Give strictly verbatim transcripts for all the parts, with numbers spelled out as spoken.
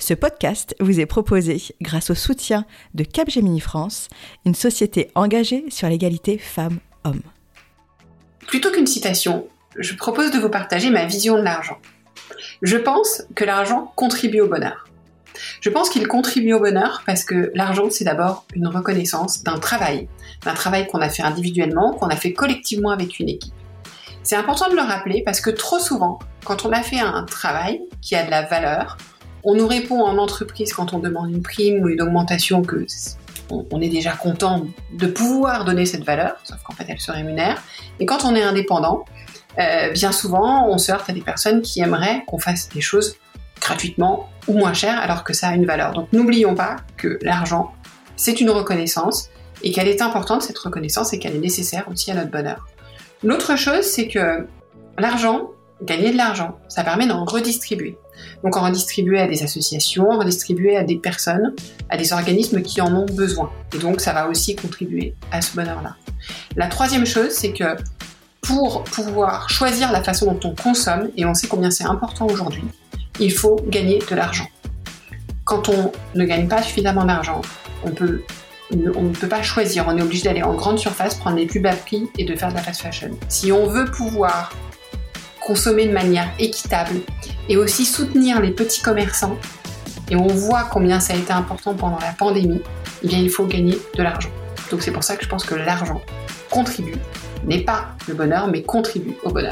Ce podcast vous est proposé grâce au soutien de Capgemini France, une société engagée sur l'égalité femmes-hommes. Plutôt qu'une citation, je propose de vous partager ma vision de l'argent. Je pense que l'argent contribue au bonheur. Je pense qu'il contribue au bonheur parce que l'argent, c'est d'abord une reconnaissance d'un travail, d'un travail qu'on a fait individuellement, qu'on a fait collectivement avec une équipe. C'est important de le rappeler parce que trop souvent, quand on a fait un travail qui a de la valeur, on nous répond en entreprise quand on demande une prime ou une augmentation que on est déjà content de pouvoir donner cette valeur, sauf qu'en fait elle se rémunère. Et quand on est indépendant, euh, bien souvent on se heurte à des personnes qui aimeraient qu'on fasse des choses gratuitement ou moins cher alors que ça a une valeur. Donc n'oublions pas que l'argent, c'est une reconnaissance et qu'elle est importante cette reconnaissance et qu'elle est nécessaire aussi à notre bonheur. L'autre chose, c'est que l'argent, gagner de l'argent, ça permet d'en redistribuer. Donc en redistribuer à des associations, en redistribuer à des personnes, à des organismes qui en ont besoin. Et donc ça va aussi contribuer à ce bonheur-là. La troisième chose, c'est que pour pouvoir choisir la façon dont on consomme, et on sait combien c'est important aujourd'hui, il faut gagner de l'argent. Quand on ne gagne pas suffisamment d'argent, on peut, on ne peut pas choisir, on est obligé d'aller en grande surface, prendre les plus bas prix et de faire de la fast fashion. Si on veut pouvoir consommer de manière équitable et aussi soutenir les petits commerçants, et on voit combien ça a été important pendant la pandémie, eh bien il faut gagner de l'argent. Donc c'est pour ça que je pense que l'argent contribue, n'est pas le bonheur, mais contribue au bonheur.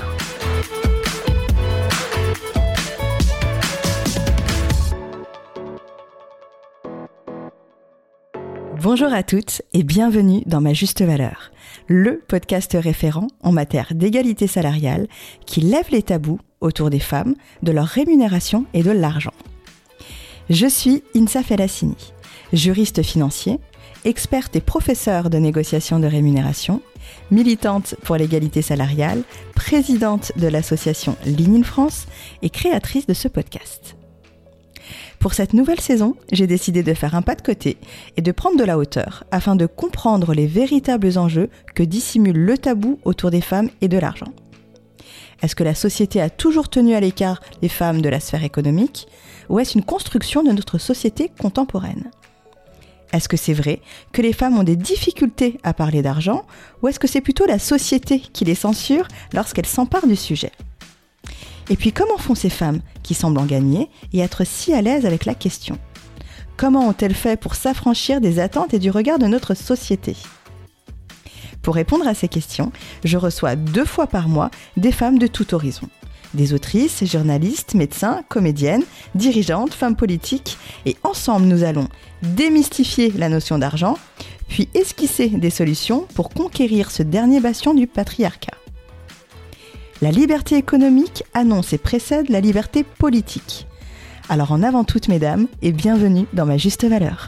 Bonjour à toutes et bienvenue dans Ma Juste Valeur, le podcast référent en matière d'égalité salariale qui lève les tabous autour des femmes, de leur rémunération et de l'argent. Je suis Insa Felassini, juriste financier, experte et professeure de négociation de rémunération, militante pour l'égalité salariale, présidente de l'association Lean in France et créatrice de ce podcast. Pour cette nouvelle saison, j'ai décidé de faire un pas de côté et de prendre de la hauteur afin de comprendre les véritables enjeux que dissimule le tabou autour des femmes et de l'argent. Est-ce que la société a toujours tenu à l'écart les femmes de la sphère économique ou est-ce une construction de notre société contemporaine ? Est-ce que c'est vrai que les femmes ont des difficultés à parler d'argent ou est-ce que c'est plutôt la société qui les censure lorsqu'elles s'emparent du sujet ? Et puis comment font ces femmes qui semblent en gagner et être si à l'aise avec la question ? Comment ont-elles fait pour s'affranchir des attentes et du regard de notre société ? Pour répondre à ces questions, je reçois deux fois par mois des femmes de tout horizon. Des autrices, journalistes, médecins, comédiennes, dirigeantes, femmes politiques. Et ensemble, nous allons démystifier la notion d'argent, puis esquisser des solutions pour conquérir ce dernier bastion du patriarcat. La liberté économique annonce et précède la liberté politique. Alors en avant toutes mesdames et bienvenue dans Ma Juste Valeur.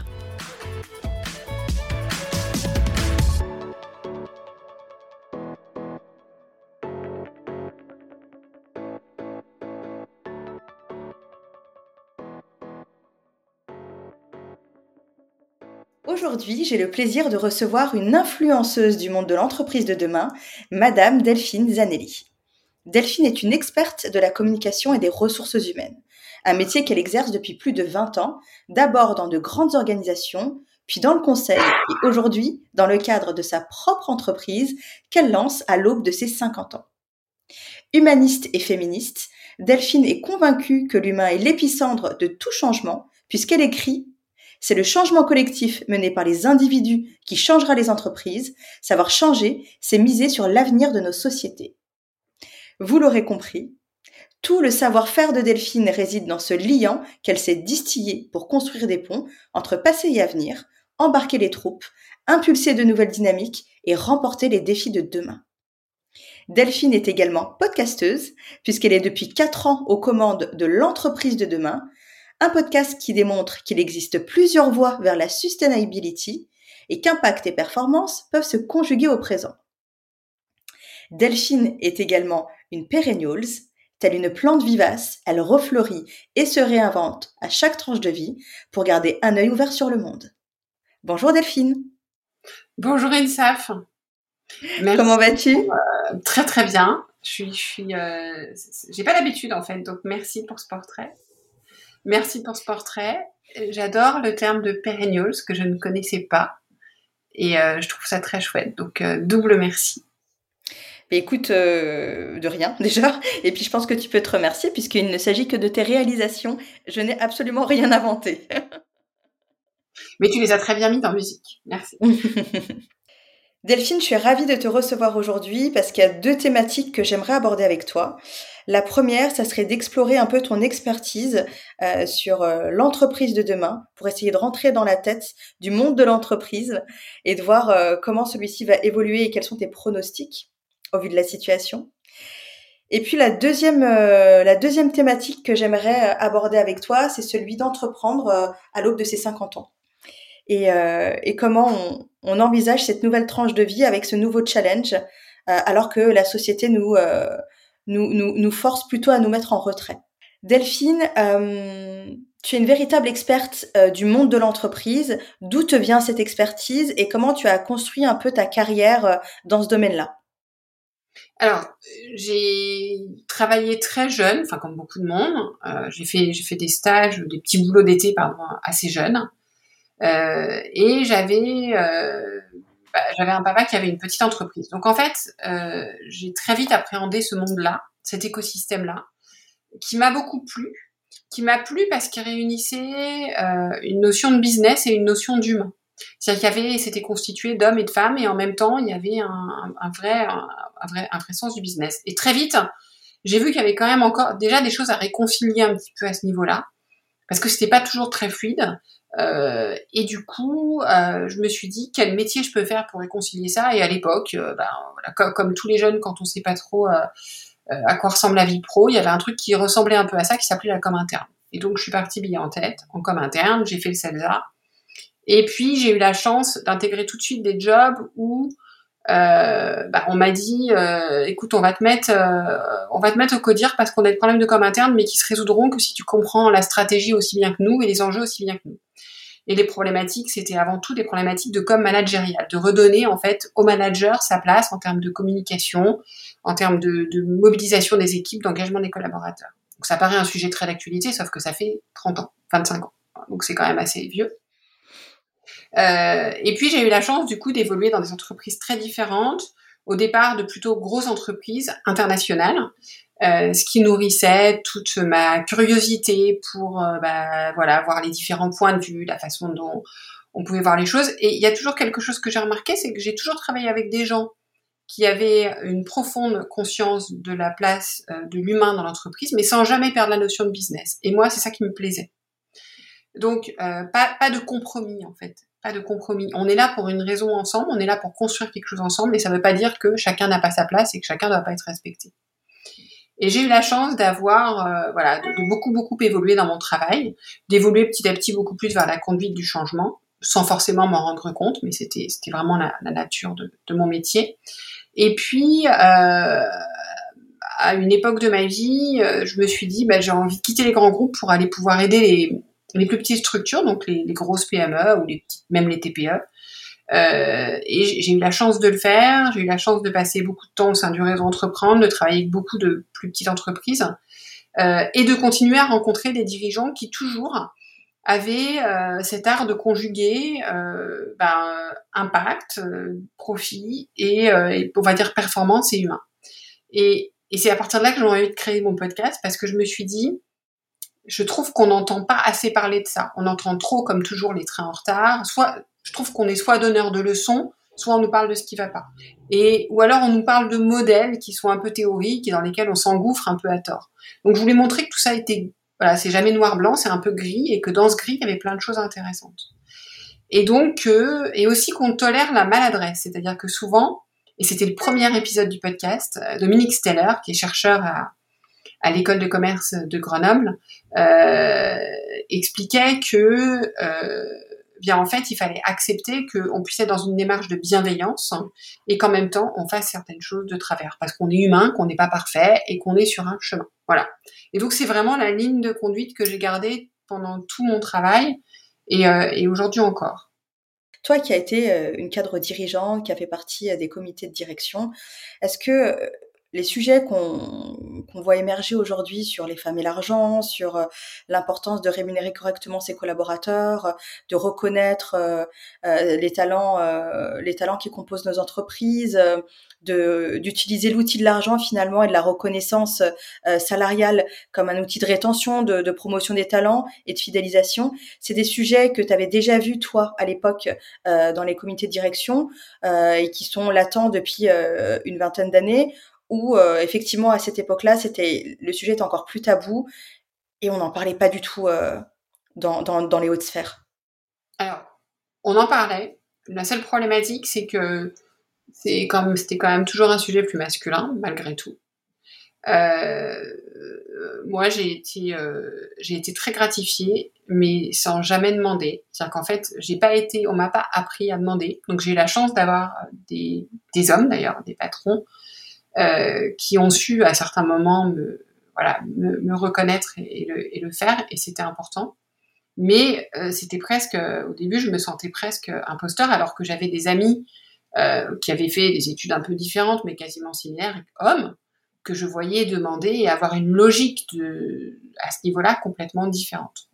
Aujourd'hui, j'ai le plaisir de recevoir une influenceuse du monde de l'entreprise de demain, Madame Delphine Zanelli. Delphine est une experte de la communication et des ressources humaines, un métier qu'elle exerce depuis plus de vingt ans, d'abord dans de grandes organisations, puis dans le conseil et aujourd'hui dans le cadre de sa propre entreprise qu'elle lance à l'aube de ses cinquante ans. Humaniste et féministe, Delphine est convaincue que l'humain est l'épicentre de tout changement puisqu'elle écrit « C'est le changement collectif mené par les individus qui changera les entreprises. Savoir changer, c'est miser sur l'avenir de nos sociétés. » Vous l'aurez compris, tout le savoir-faire de Delphine réside dans ce liant qu'elle s'est distillé pour construire des ponts entre passé et avenir, embarquer les troupes, impulser de nouvelles dynamiques et remporter les défis de demain. Delphine est également podcasteuse, puisqu'elle est depuis quatre ans aux commandes de l'entreprise de demain, un podcast qui démontre qu'il existe plusieurs voies vers la sustainability et qu'impact et performance peuvent se conjuguer au présent. Delphine est également une perennials, telle une plante vivace, elle refleurit et se réinvente à chaque tranche de vie pour garder un œil ouvert sur le monde. Bonjour Delphine. Bonjour Insaf. Merci. Comment vas-tu ? euh, Très très bien. Je suis, je suis, euh, j'ai pas l'habitude en fait, donc merci pour ce portrait. Merci pour ce portrait. J'adore le terme de perennials que je ne connaissais pas et euh, je trouve ça très chouette. Donc, euh, double merci. Mais écoute, euh, de rien déjà. Et puis je pense que tu peux te remercier puisqu'il ne s'agit que de tes réalisations. Je n'ai absolument rien inventé. Mais tu les as très bien mis en musique. Merci. Delphine, je suis ravie de te recevoir aujourd'hui parce qu'il y a deux thématiques que j'aimerais aborder avec toi. La première, ça serait d'explorer un peu ton expertise euh, sur euh, l'entreprise de demain pour essayer de rentrer dans la tête du monde de l'entreprise et de voir euh, comment celui-ci va évoluer et quels sont tes pronostics au vu de la situation. Et puis la deuxième, euh, la deuxième thématique que j'aimerais aborder avec toi, c'est celui d'entreprendre euh, à l'aube de ses cinquante ans. Et, euh, et comment on, on envisage cette nouvelle tranche de vie avec ce nouveau challenge, euh, alors que la société nous, euh, nous, nous, nous force plutôt à nous mettre en retrait. Delphine, euh, tu es une véritable experte euh, du monde de l'entreprise. D'où te vient cette expertise et comment tu as construit un peu ta carrière euh, dans ce domaine-là? Alors, j'ai travaillé très jeune, enfin comme beaucoup de monde. Euh, j'ai fait, j'ai fait des stages, des petits boulots d'été, pardon, assez jeunes. Euh, et j'avais, euh, bah, j'avais un papa qui avait une petite entreprise. Donc en fait, euh, j'ai très vite appréhendé ce monde-là, cet écosystème-là, qui m'a beaucoup plu, qui m'a plu parce qu'il réunissait euh, une notion de business et une notion d'humain. C'est-à-dire qu'il y avait, c'était constitué d'hommes et de femmes, et en même temps, il y avait un, un, un vrai, un, un vrai, un vrai sens du business. Et très vite, j'ai vu qu'il y avait quand même encore déjà des choses à réconcilier un petit peu à ce niveau-là, parce que c'était pas toujours très fluide. Euh, et du coup, euh, je me suis dit quel métier je peux faire pour réconcilier ça. Et à l'époque, euh, ben, voilà, comme, comme tous les jeunes, quand on sait pas trop euh, euh, à quoi ressemble la vie pro, il y avait un truc qui ressemblait un peu à ça, qui s'appelait la com interne. Et donc, je suis partie billet en tête en com interne. J'ai fait le CELSA. Et puis, j'ai eu la chance d'intégrer tout de suite des jobs où euh, bah, on m'a dit, euh, écoute, on va te mettre, euh, on va te mettre au codir parce qu'on a des problèmes de com interne, mais qui se résoudront que si tu comprends la stratégie aussi bien que nous et les enjeux aussi bien que nous. Et les problématiques, c'était avant tout des problématiques de com managériale, de redonner en fait au manager sa place en termes de communication, en termes de, de mobilisation des équipes, d'engagement des collaborateurs. Donc ça paraît un sujet très d'actualité, sauf que ça fait trente ans, vingt-cinq ans. Donc c'est quand même assez vieux. Euh, et puis j'ai eu la chance du coup d'évoluer dans des entreprises très différentes, au départ de plutôt grosses entreprises internationales, euh, ce qui nourrissait toute ma curiosité pour euh, bah, voilà, voir les différents points de vue, la façon dont on pouvait voir les choses. Et il y a toujours quelque chose que j'ai remarqué, c'est que j'ai toujours travaillé avec des gens qui avaient une profonde conscience de la place euh, de l'humain dans l'entreprise, mais sans jamais perdre la notion de business. Et moi, c'est ça qui me plaisait. Donc, euh, pas, pas de compromis, en fait. Pas de compromis. On est là pour une raison ensemble, on est là pour construire quelque chose ensemble, et ça ne veut pas dire que chacun n'a pas sa place et que chacun ne doit pas être respecté. Et j'ai eu la chance d'avoir, euh, voilà, de, de beaucoup, beaucoup évoluer dans mon travail, d'évoluer petit à petit beaucoup plus vers la conduite du changement, sans forcément m'en rendre compte, mais c'était, c'était vraiment la, la nature de, de mon métier. Et puis, euh, à une époque de ma vie, euh, je me suis dit, bah, j'ai envie de quitter les grands groupes pour aller pouvoir aider les, les plus petites structures, donc les, les grosses P M E ou les petites, même les T P E. Euh, et j'ai eu la chance de le faire, j'ai eu la chance de passer beaucoup de temps au sein du réseau Entreprendre, de travailler avec beaucoup de plus petites entreprises euh, et de continuer à rencontrer des dirigeants qui toujours avaient euh, cet art de conjuguer euh, ben, impact, euh, profit et, euh, et on va dire performance et humain. Et, et c'est à partir de là que j'ai envie de créer mon podcast parce que je me suis dit, je trouve qu'on n'entend pas assez parler de ça. On entend trop, comme toujours, les trains en retard. Soit, je trouve qu'on est soit donneur de leçons, soit on nous parle de ce qui va pas. Et, ou alors on nous parle de modèles qui sont un peu théoriques et dans lesquels on s'engouffre un peu à tort. Donc je voulais montrer que tout ça était, voilà, c'est jamais noir-blanc, c'est un peu gris et que dans ce gris, il y avait plein de choses intéressantes. Et donc, euh, et aussi qu'on tolère la maladresse. C'est-à-dire que souvent, et c'était le premier épisode du podcast, Dominique Steller, qui est chercheur à, à l'école de commerce de Grenoble, euh, expliquait que, euh, bien en fait, il fallait accepter qu'on puisse être dans une démarche de bienveillance hein, et qu'en même temps, on fasse certaines choses de travers, parce qu'on est humain, qu'on n'est pas parfait et qu'on est sur un chemin. Voilà. Et donc, c'est vraiment la ligne de conduite que j'ai gardée pendant tout mon travail et, euh, et aujourd'hui encore. Toi qui as été une cadre dirigeant, qui a fait partie des comités de direction, est-ce que les sujets qu'on, qu'on voit émerger aujourd'hui sur les femmes et l'argent, sur euh, l'importance de rémunérer correctement ses collaborateurs, de reconnaître euh, euh, les talents, euh, les talents qui composent nos entreprises, euh, de d'utiliser l'outil de l'argent finalement et de la reconnaissance euh, salariale comme un outil de rétention, de, de promotion des talents et de fidélisation. C'est des sujets que tu avais déjà vus toi à l'époque euh, dans les comités de direction euh, et qui sont latents depuis euh, une vingtaine d'années, où euh, effectivement à cette époque-là, c'était le sujet était encore plus tabou et on n'en parlait pas du tout euh, dans, dans, dans les hautes sphères. Alors, on en parlait. La seule problématique, c'est que c'est comme, c'était quand même toujours un sujet plus masculin, malgré tout. Euh, moi, j'ai été, euh, j'ai été très gratifiée, mais sans jamais demander. C'est-à-dire qu'en fait, j'ai pas été, on m'a pas appris à demander. Donc, j'ai eu la chance d'avoir des, des hommes, d'ailleurs, des patrons, euh, qui ont su, à certains moments, me, voilà, me, me reconnaître et, et, le, et le faire, et c'était important. Mais euh, c'était presque, au début, je me sentais presque imposteur, alors que j'avais des amis euh, qui avaient fait des études un peu différentes, mais quasiment similaires, hommes, que je voyais demander et avoir une logique de, à ce niveau-là complètement différente.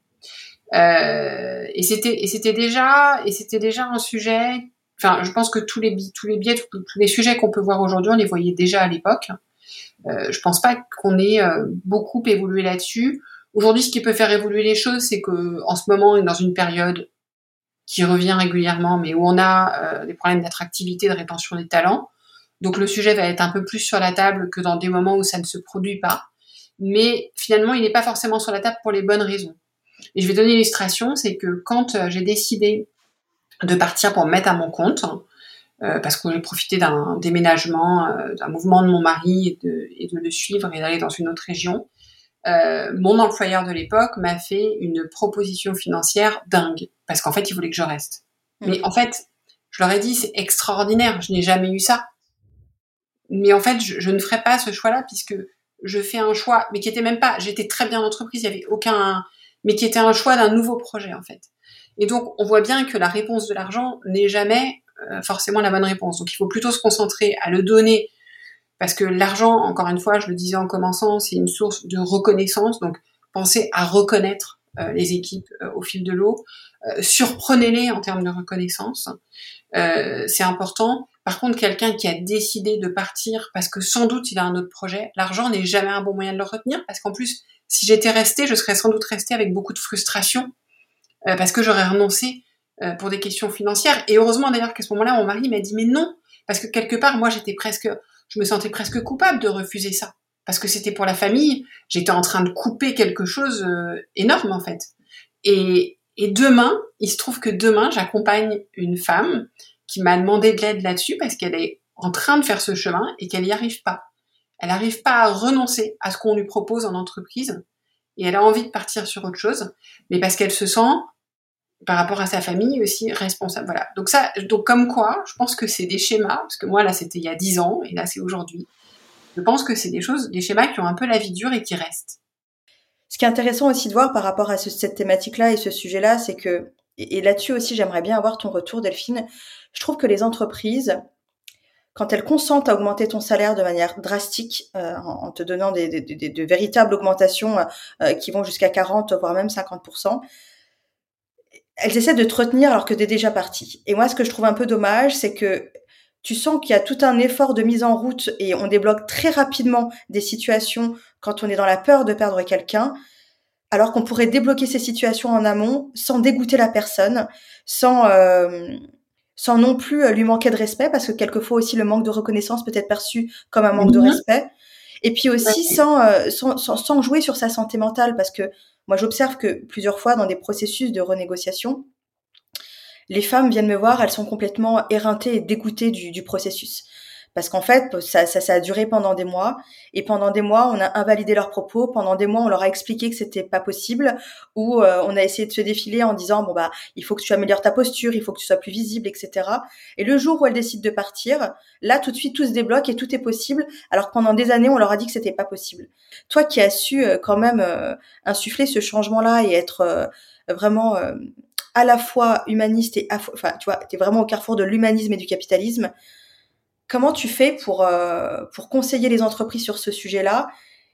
Euh, et c'était, et c'était déjà, et c'était déjà un sujet. Enfin, je pense que tous les, tous les biais, tous, tous les sujets qu'on peut voir aujourd'hui, on les voyait déjà à l'époque. Euh, je pense pas qu'on ait euh, beaucoup évolué là-dessus. Aujourd'hui, ce qui peut faire évoluer les choses, c'est que, en ce moment, on est dans une période qui revient régulièrement, mais où on a euh, des problèmes d'attractivité, de rétention des talents. Donc le sujet va être un peu plus sur la table que dans des moments où ça ne se produit pas. Mais finalement, il n'est pas forcément sur la table pour les bonnes raisons. Et je vais donner une illustration, c'est que quand euh, j'ai décidé de partir pour me mettre à mon compte, euh, parce que j'ai profité d'un déménagement, euh, d'un mouvement de mon mari et de, et de le suivre et d'aller dans une autre région, Euh, mon employeur de l'époque m'a fait une proposition financière dingue, parce qu'en fait, il voulait que je reste. Mmh. Mais en fait, je leur ai dit, c'est extraordinaire, je n'ai jamais eu ça. Mais en fait, je, je ne ferai pas ce choix-là, puisque je fais un choix, mais qui était même pas, j'étais très bien en entreprise, il y avait aucun, mais qui était un choix d'un nouveau projet, en fait. Et donc, on voit bien que la réponse de l'argent n'est jamais euh, forcément la bonne réponse. Donc, il faut plutôt se concentrer à le donner. Parce que l'argent, encore une fois, je le disais en commençant, c'est une source de reconnaissance. Donc, pensez à reconnaître euh, les équipes euh, au fil de l'eau. Euh, surprenez-les en termes de reconnaissance. Euh, c'est important. Par contre, quelqu'un qui a décidé de partir parce que sans doute il a un autre projet, l'argent n'est jamais un bon moyen de le retenir. Parce qu'en plus, si j'étais restée, je serais sans doute restée avec beaucoup de frustration euh, parce que j'aurais renoncé euh, pour des questions financières. Et heureusement d'ailleurs qu'à ce moment-là, mon mari m'a dit « mais non !» Parce que quelque part, moi, j'étais presque... je me sentais presque coupable de refuser ça. Parce que c'était pour la famille, j'étais en train de couper quelque chose euh, énorme, en fait. Et, et demain, il se trouve que demain, j'accompagne une femme qui m'a demandé de l'aide là-dessus parce qu'elle est en train de faire ce chemin et qu'elle n'y arrive pas. Elle n'arrive pas à renoncer à ce qu'on lui propose en entreprise et elle a envie de partir sur autre chose, mais parce qu'elle se sent, par rapport à sa famille aussi, responsable. Voilà. Donc ça, donc comme quoi, je pense que c'est des schémas, parce que moi là c'était il y a dix ans et là c'est aujourd'hui. Je pense que c'est des choses, des schémas qui ont un peu la vie dure et qui restent. Ce qui est intéressant aussi de voir par rapport à ce, cette thématique-là et ce sujet-là, c'est que, et, et là-dessus aussi j'aimerais bien avoir ton retour, Delphine, je trouve que les entreprises, quand elles consentent à augmenter ton salaire de manière drastique, euh, en, en te donnant des, des, des, de véritables augmentations euh, qui vont jusqu'à quarante, voire même cinquante pour cent, elles essaient de te retenir alors que t'es déjà parti. Et moi, ce que je trouve un peu dommage, c'est que tu sens qu'il y a tout un effort de mise en route et on débloque très rapidement des situations quand on est dans la peur de perdre quelqu'un, alors qu'on pourrait débloquer ces situations en amont sans dégoûter la personne, sans, euh, sans non plus lui manquer de respect, parce que quelquefois aussi le manque de reconnaissance peut être perçu comme un manque mmh. de respect. Et puis aussi ouais. sans, euh, sans, sans, sans jouer sur sa santé mentale, parce que moi, j'observe que plusieurs fois, dans des processus de renégociation, les femmes viennent me voir, elles sont complètement éreintées et dégoûtées du, du processus. Parce qu'en fait, ça, ça, ça a duré pendant des mois. Et pendant des mois, on a invalidé leurs propos. Pendant des mois, on leur a expliqué que c'était pas possible. Ou euh, on a essayé de se défiler en disant, bon bah, il faut que tu améliores ta posture, il faut que tu sois plus visible, et cetera. Et le jour où elles décident de partir, là, tout de suite, tout se débloque et tout est possible. Alors que pendant des années, on leur a dit que c'était pas possible. Toi qui as su euh, quand même euh, insuffler ce changement-là et être euh, vraiment euh, à la fois humaniste et, affo- enfin, tu vois, t'es vraiment au carrefour de l'humanisme et du capitalisme. Comment tu fais pour, euh, pour conseiller les entreprises sur ce sujet-là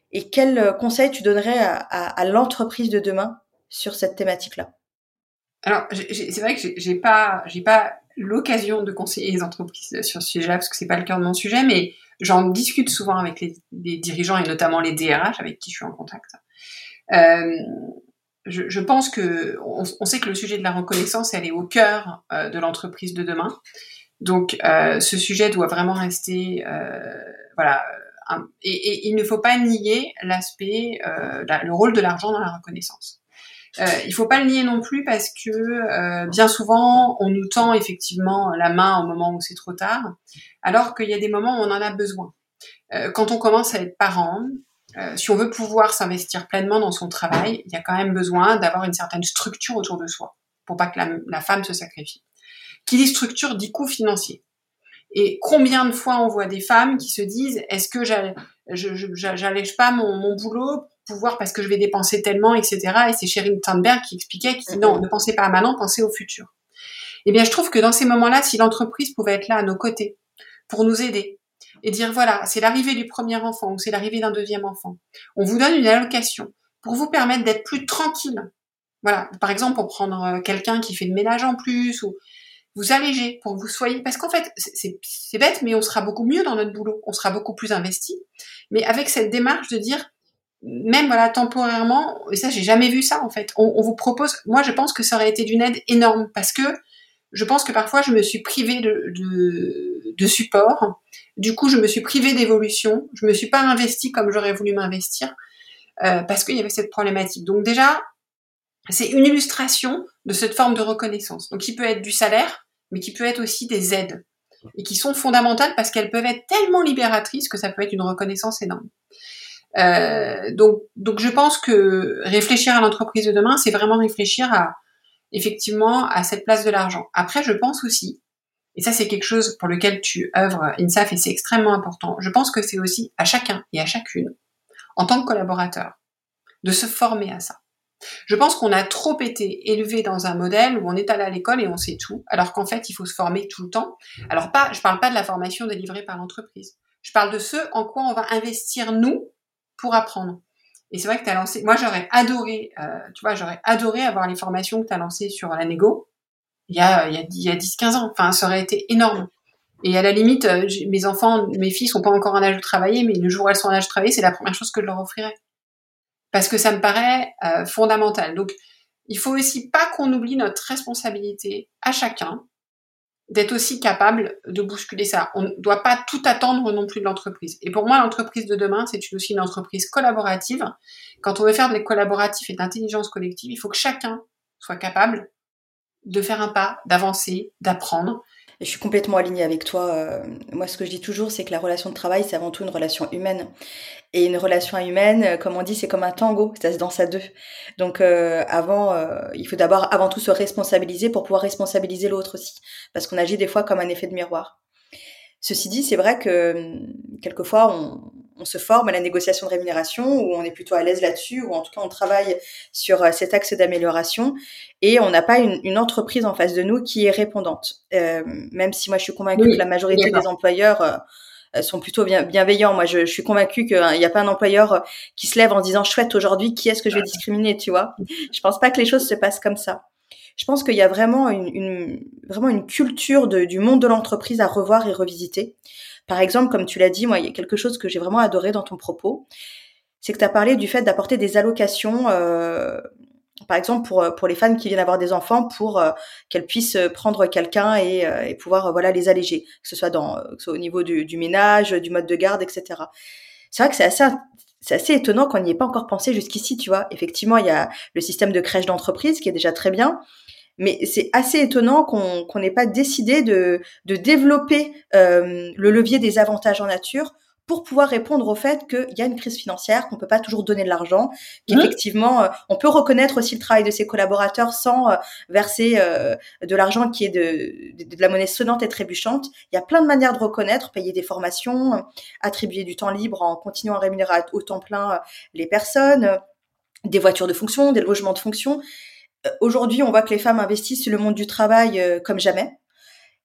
Et quel conseil tu donnerais à, à, à l'entreprise de demain sur cette thématique-là? Alors, j'ai, j'ai, c'est vrai que j'ai, j'ai pas, j'ai pas l'occasion de conseiller les entreprises sur ce sujet-là, parce que c'est pas le cœur de mon sujet, mais j'en discute souvent avec les, les dirigeants et notamment les D R H avec qui je suis en contact. Euh, je, je pense que on, on sait que le sujet de la reconnaissance, elle est au cœur euh, de l'entreprise de demain. Donc, euh, ce sujet doit vraiment rester, euh, voilà. Un, et, et il ne faut pas nier l'aspect, euh, la, le rôle de l'argent dans la reconnaissance. Euh, il faut pas le nier non plus parce que euh, bien souvent on nous tend effectivement la main au moment où c'est trop tard, alors qu'il y a des moments où on en a besoin. Euh, quand on commence à être parent, euh, si on veut pouvoir s'investir pleinement dans son travail, il y a quand même besoin d'avoir une certaine structure autour de soi pour pas que la, la femme se sacrifie. Qui dit structure dit coût financier. Et combien de fois on voit des femmes qui se disent est-ce que j'allège, je, je, j'allège pas mon, mon boulot pour pouvoir parce que je vais dépenser tellement, et cetera. Et c'est Sheryl Sandberg qui expliquait qui dit non, ne pensez pas à maintenant, pensez au futur. Eh bien, je trouve que dans ces moments-là, si l'entreprise pouvait être là à nos côtés pour nous aider et dire voilà, c'est l'arrivée du premier enfant ou c'est l'arrivée d'un deuxième enfant, on vous donne une allocation pour vous permettre d'être plus tranquille. Voilà, par exemple, pour prendre quelqu'un qui fait le ménage en plus ou vous alléger pour que vous soyez, parce qu'en fait, c'est, c'est, c'est bête, mais on sera beaucoup mieux dans notre boulot, on sera beaucoup plus investi, mais avec cette démarche de dire, même voilà, temporairement, et ça, j'ai jamais vu ça, en fait, on, on vous propose, moi, je pense que ça aurait été d'une aide énorme, parce que je pense que parfois, je me suis privée de, de, de support, du coup, je me suis privée d'évolution, je me suis pas investie comme j'aurais voulu m'investir, euh, parce qu'il y avait cette problématique. Donc déjà, c'est une illustration de cette forme de reconnaissance. Donc, qui peut être du salaire, mais qui peut être aussi des aides. Et qui sont fondamentales parce qu'elles peuvent être tellement libératrices que ça peut être une reconnaissance énorme. Euh, donc, donc, je pense que réfléchir à l'entreprise de demain, c'est vraiment réfléchir à, effectivement, à cette place de l'argent. Après, je pense aussi, et ça, c'est quelque chose pour lequel tu œuvres, INSAF, et c'est extrêmement important, je pense que c'est aussi à chacun et à chacune, en tant que collaborateur, de se former à ça. Je pense qu'on a trop été élevé dans un modèle où on est allé à l'école et on sait tout, alors qu'en fait, il faut se former tout le temps. Alors, pas, je parle pas de la formation délivrée par l'entreprise. Je parle de ce en quoi on va investir, nous, pour apprendre. Et c'est vrai que tu as lancé... Moi, j'aurais adoré, euh, tu vois, j'aurais adoré avoir les formations que tu as lancées sur la négo il y a, il y a, il y a dix quinze ans. Enfin, ça aurait été énorme. Et à la limite, euh, mes enfants, mes filles sont pas encore en âge de travailler, mais le jour où elles sont en âge de travailler, c'est la première chose que je leur offrirais. Parce que ça me paraît euh, fondamental. Donc, il faut aussi pas qu'on oublie notre responsabilité à chacun d'être aussi capable de bousculer ça. On ne doit pas tout attendre non plus de l'entreprise. Et pour moi, l'entreprise de demain, c'est aussi une entreprise collaborative. Quand on veut faire des collaboratifs et d'intelligence collective, il faut que chacun soit capable de faire un pas, d'avancer, d'apprendre. Et je suis complètement alignée avec toi. Euh, moi, ce que je dis toujours, c'est que la relation de travail, c'est avant tout une relation humaine. Et une relation humaine, comme on dit, c'est comme un tango, ça se danse à deux. Donc, euh, avant, euh, il faut d'abord, avant tout, se responsabiliser pour pouvoir responsabiliser l'autre aussi. Parce qu'on agit des fois comme un effet de miroir. Ceci dit, c'est vrai que quelquefois, on, on se forme à la négociation de rémunération, où on est plutôt à l'aise là-dessus, ou en tout cas, on travaille sur cet axe d'amélioration, et on n'a pas une, une entreprise en face de nous qui est répondante. Euh, même si moi, je suis convaincue oui, que la majorité des employeurs euh, sont plutôt bien, bienveillants. Moi, je, je suis convaincue qu'il n'y a pas un employeur qui se lève en se disant « chouette, aujourd'hui, qui est-ce que je vais discriminer ?» Tu vois, je pense pas que les choses se passent comme ça. Je pense qu'il y a vraiment une, une, vraiment une culture de, du monde de l'entreprise à revoir et revisiter. Par exemple, comme tu l'as dit, moi, il y a quelque chose que j'ai vraiment adoré dans ton propos, c'est que tu as parlé du fait d'apporter des allocations, euh, par exemple pour, pour les femmes qui viennent avoir des enfants, pour euh, qu'elles puissent prendre quelqu'un et, euh, et pouvoir euh, voilà, les alléger, que ce soit, dans, que ce soit au niveau du, du ménage, du mode de garde, et cetera. C'est vrai que c'est assez C'est assez étonnant qu'on n'y ait pas encore pensé jusqu'ici, tu vois. Effectivement, il y a le système de crèche d'entreprise qui est déjà très bien, mais c'est assez étonnant qu'on qu'on n'ait pas décidé de, de développer euh, le levier des avantages en nature pour pouvoir répondre au fait qu'il y a une crise financière, qu'on peut pas toujours donner de l'argent, qu'effectivement, euh, on peut reconnaître aussi le travail de ses collaborateurs sans euh, verser euh, de l'argent qui est de, de, de la monnaie sonnante et trébuchante. Il y a plein de manières de reconnaître, payer des formations, euh, attribuer du temps libre en continuant à rémunérer au temps plein euh, les personnes, euh, des voitures de fonction, des logements de fonction. Euh, aujourd'hui, on voit que les femmes investissent sur le monde du travail euh, comme jamais.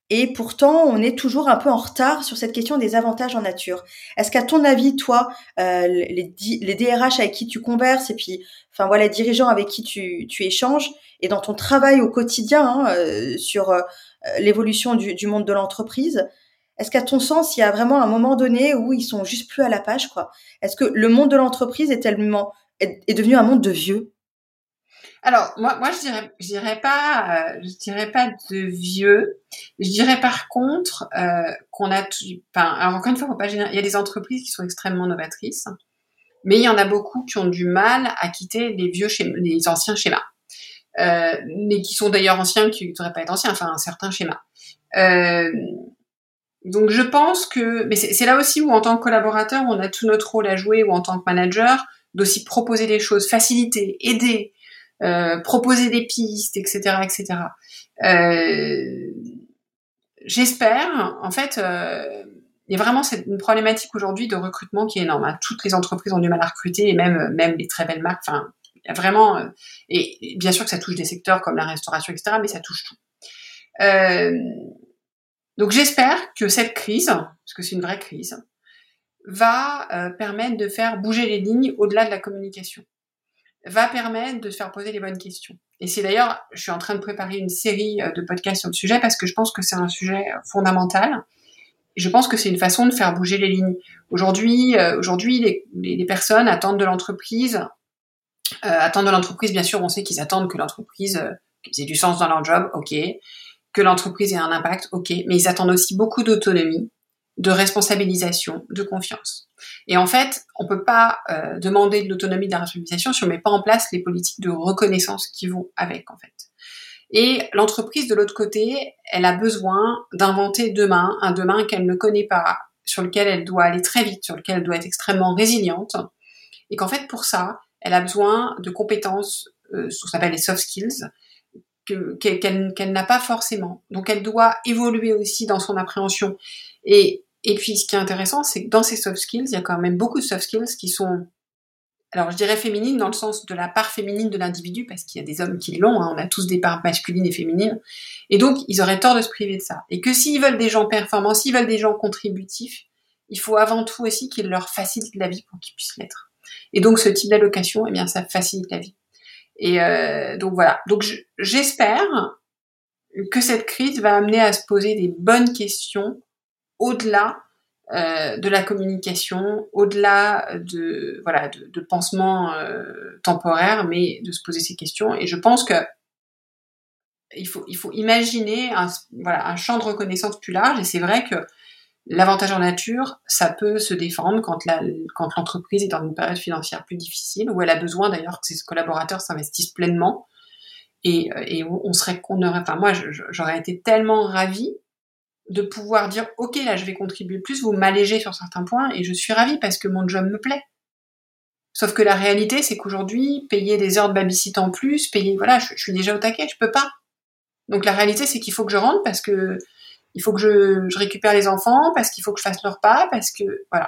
Et pourtant, on est toujours un peu en retard sur cette question des avantages en nature. Est-ce qu'à ton avis, toi, euh, les, les D R H avec qui tu converses et puis, enfin voilà, les dirigeants avec qui tu, tu échanges et dans ton travail au quotidien hein, euh, sur euh, l'évolution du, du monde de l'entreprise, est-ce qu'à ton sens, il y a vraiment un moment donné où ils sont juste plus à la page, quoi? Est-ce que le monde de l'entreprise est tellement est, est devenu un monde de vieux? Alors, moi, moi, je dirais, je dirais pas, euh, je dirais pas de vieux. Je dirais par contre euh, qu'on a, enfin, alors encore une fois, faut pas générer. Il y a des entreprises qui sont extrêmement novatrices, mais il y en a beaucoup qui ont du mal à quitter les vieux schémas, les anciens schémas, euh, mais qui sont d'ailleurs anciens, qui ne devraient pas être anciens, enfin, un certain schéma. Euh, donc, je pense que, mais c'est, c'est là aussi où, en tant que collaborateur, on a tout notre rôle à jouer, ou en tant que manager, d'aussi proposer des choses, faciliter, aider. Euh, proposer des pistes, et cetera, et cetera. Euh, j'espère, en fait, euh, il y a vraiment cette, une problématique aujourd'hui de recrutement qui est énorme. Hein. Toutes les entreprises ont du mal à recruter, et même, même les très belles marques. Enfin, il y a vraiment, euh, et, et bien sûr que ça touche des secteurs comme la restauration, et cetera, mais ça touche tout. Euh, donc j'espère que cette crise, parce que c'est une vraie crise, va euh, permettre de faire bouger les lignes au-delà de la communication, va permettre de se faire poser les bonnes questions. Et c'est d'ailleurs, je suis en train de préparer une série de podcasts sur le sujet parce que je pense que c'est un sujet fondamental. Et je pense que c'est une façon de faire bouger les lignes. Aujourd'hui, euh, aujourd'hui, les, les, les personnes attendent de l'entreprise, euh, attendent de l'entreprise, bien sûr, on sait qu'ils attendent que l'entreprise, euh, qu'ils aient du sens dans leur job, ok, que l'entreprise ait un impact, ok, mais ils attendent aussi beaucoup d'autonomie, de responsabilisation, de confiance. Et en fait, on peut pas euh, demander de l'autonomie, de la responsabilisation si on met pas en place les politiques de reconnaissance qui vont avec, en fait. Et l'entreprise, de l'autre côté, elle a besoin d'inventer demain, un demain qu'elle ne connaît pas, sur lequel elle doit aller très vite, sur lequel elle doit être extrêmement résiliente. Et qu'en fait, pour ça, elle a besoin de compétences, euh, ce qu'on appelle les soft skills, que, qu'elle, qu'elle n'a pas forcément. Donc, elle doit évoluer aussi dans son appréhension. Et, et puis, ce qui est intéressant, c'est que dans ces soft skills, il y a quand même beaucoup de soft skills qui sont, alors je dirais féminines dans le sens de la part féminine de l'individu, parce qu'il y a des hommes qui l'ont, hein, on a tous des parts masculines et féminines. Et donc, ils auraient tort de se priver de ça. Et que s'ils veulent des gens performants, s'ils veulent des gens contributifs, il faut avant tout aussi qu'ils leur facilitent la vie pour qu'ils puissent l'être. Et donc, ce type d'allocation, eh bien, ça facilite la vie. Et euh, donc voilà. Donc je, j'espère que cette crise va amener à se poser des bonnes questions au-delà euh, de la communication, au-delà de voilà de, de pansements euh, temporaires, mais de se poser ces questions. Et je pense que il faut il faut imaginer un voilà un champ de reconnaissance plus large. Et c'est vrai que l'avantage en nature, ça peut se défendre quand, la, quand l'entreprise est dans une période financière plus difficile, où elle a besoin d'ailleurs que ses collaborateurs s'investissent pleinement. Et, et on serait, on aurait, enfin moi, j'aurais été tellement ravie de pouvoir dire, ok, là, je vais contribuer plus, vous m'allégez sur certains points, et je suis ravie parce que mon job me plaît. Sauf que la réalité, c'est qu'aujourd'hui, payer des heures de babysit en plus, payer, voilà, je, je suis déjà au taquet, je peux pas. Donc la réalité, c'est qu'il faut que je rentre parce que il faut que je, je récupère les enfants, parce qu'il faut que je fasse leur repas, parce que, voilà.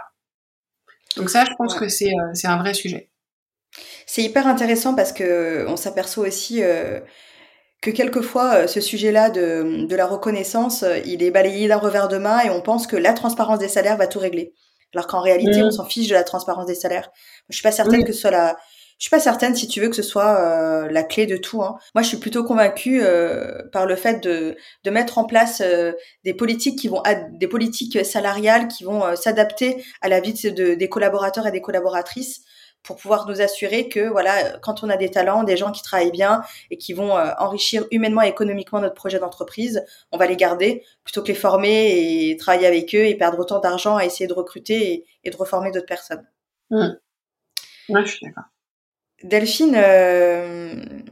Donc ça, je pense ouais. que c'est, euh, c'est un vrai sujet. C'est hyper intéressant parce que on s'aperçoit aussi euh, que quelquefois, euh, ce sujet-là de, de la reconnaissance, euh, il est balayé d'un revers de main et on pense que la transparence des salaires va tout régler. Alors qu'en réalité, mmh. on s'en fiche de la transparence des salaires. Je suis pas certaine mmh. que ce soit la... Je suis pas certaine, si tu veux, que ce soit euh, la clé de tout. Hein. Moi, je suis plutôt convaincue euh, par le fait de, de mettre en place euh, des politiques qui vont ad- des politiques salariales qui vont euh, s'adapter à la vie de, de, des collaborateurs et des collaboratrices pour pouvoir nous assurer que voilà, quand on a des talents, des gens qui travaillent bien et qui vont euh, enrichir humainement et économiquement notre projet d'entreprise, on va les garder plutôt que les former et travailler avec eux et perdre autant d'argent à essayer de recruter et, et de reformer d'autres personnes. Mmh. Ouais, je suis d'accord. Delphine, euh,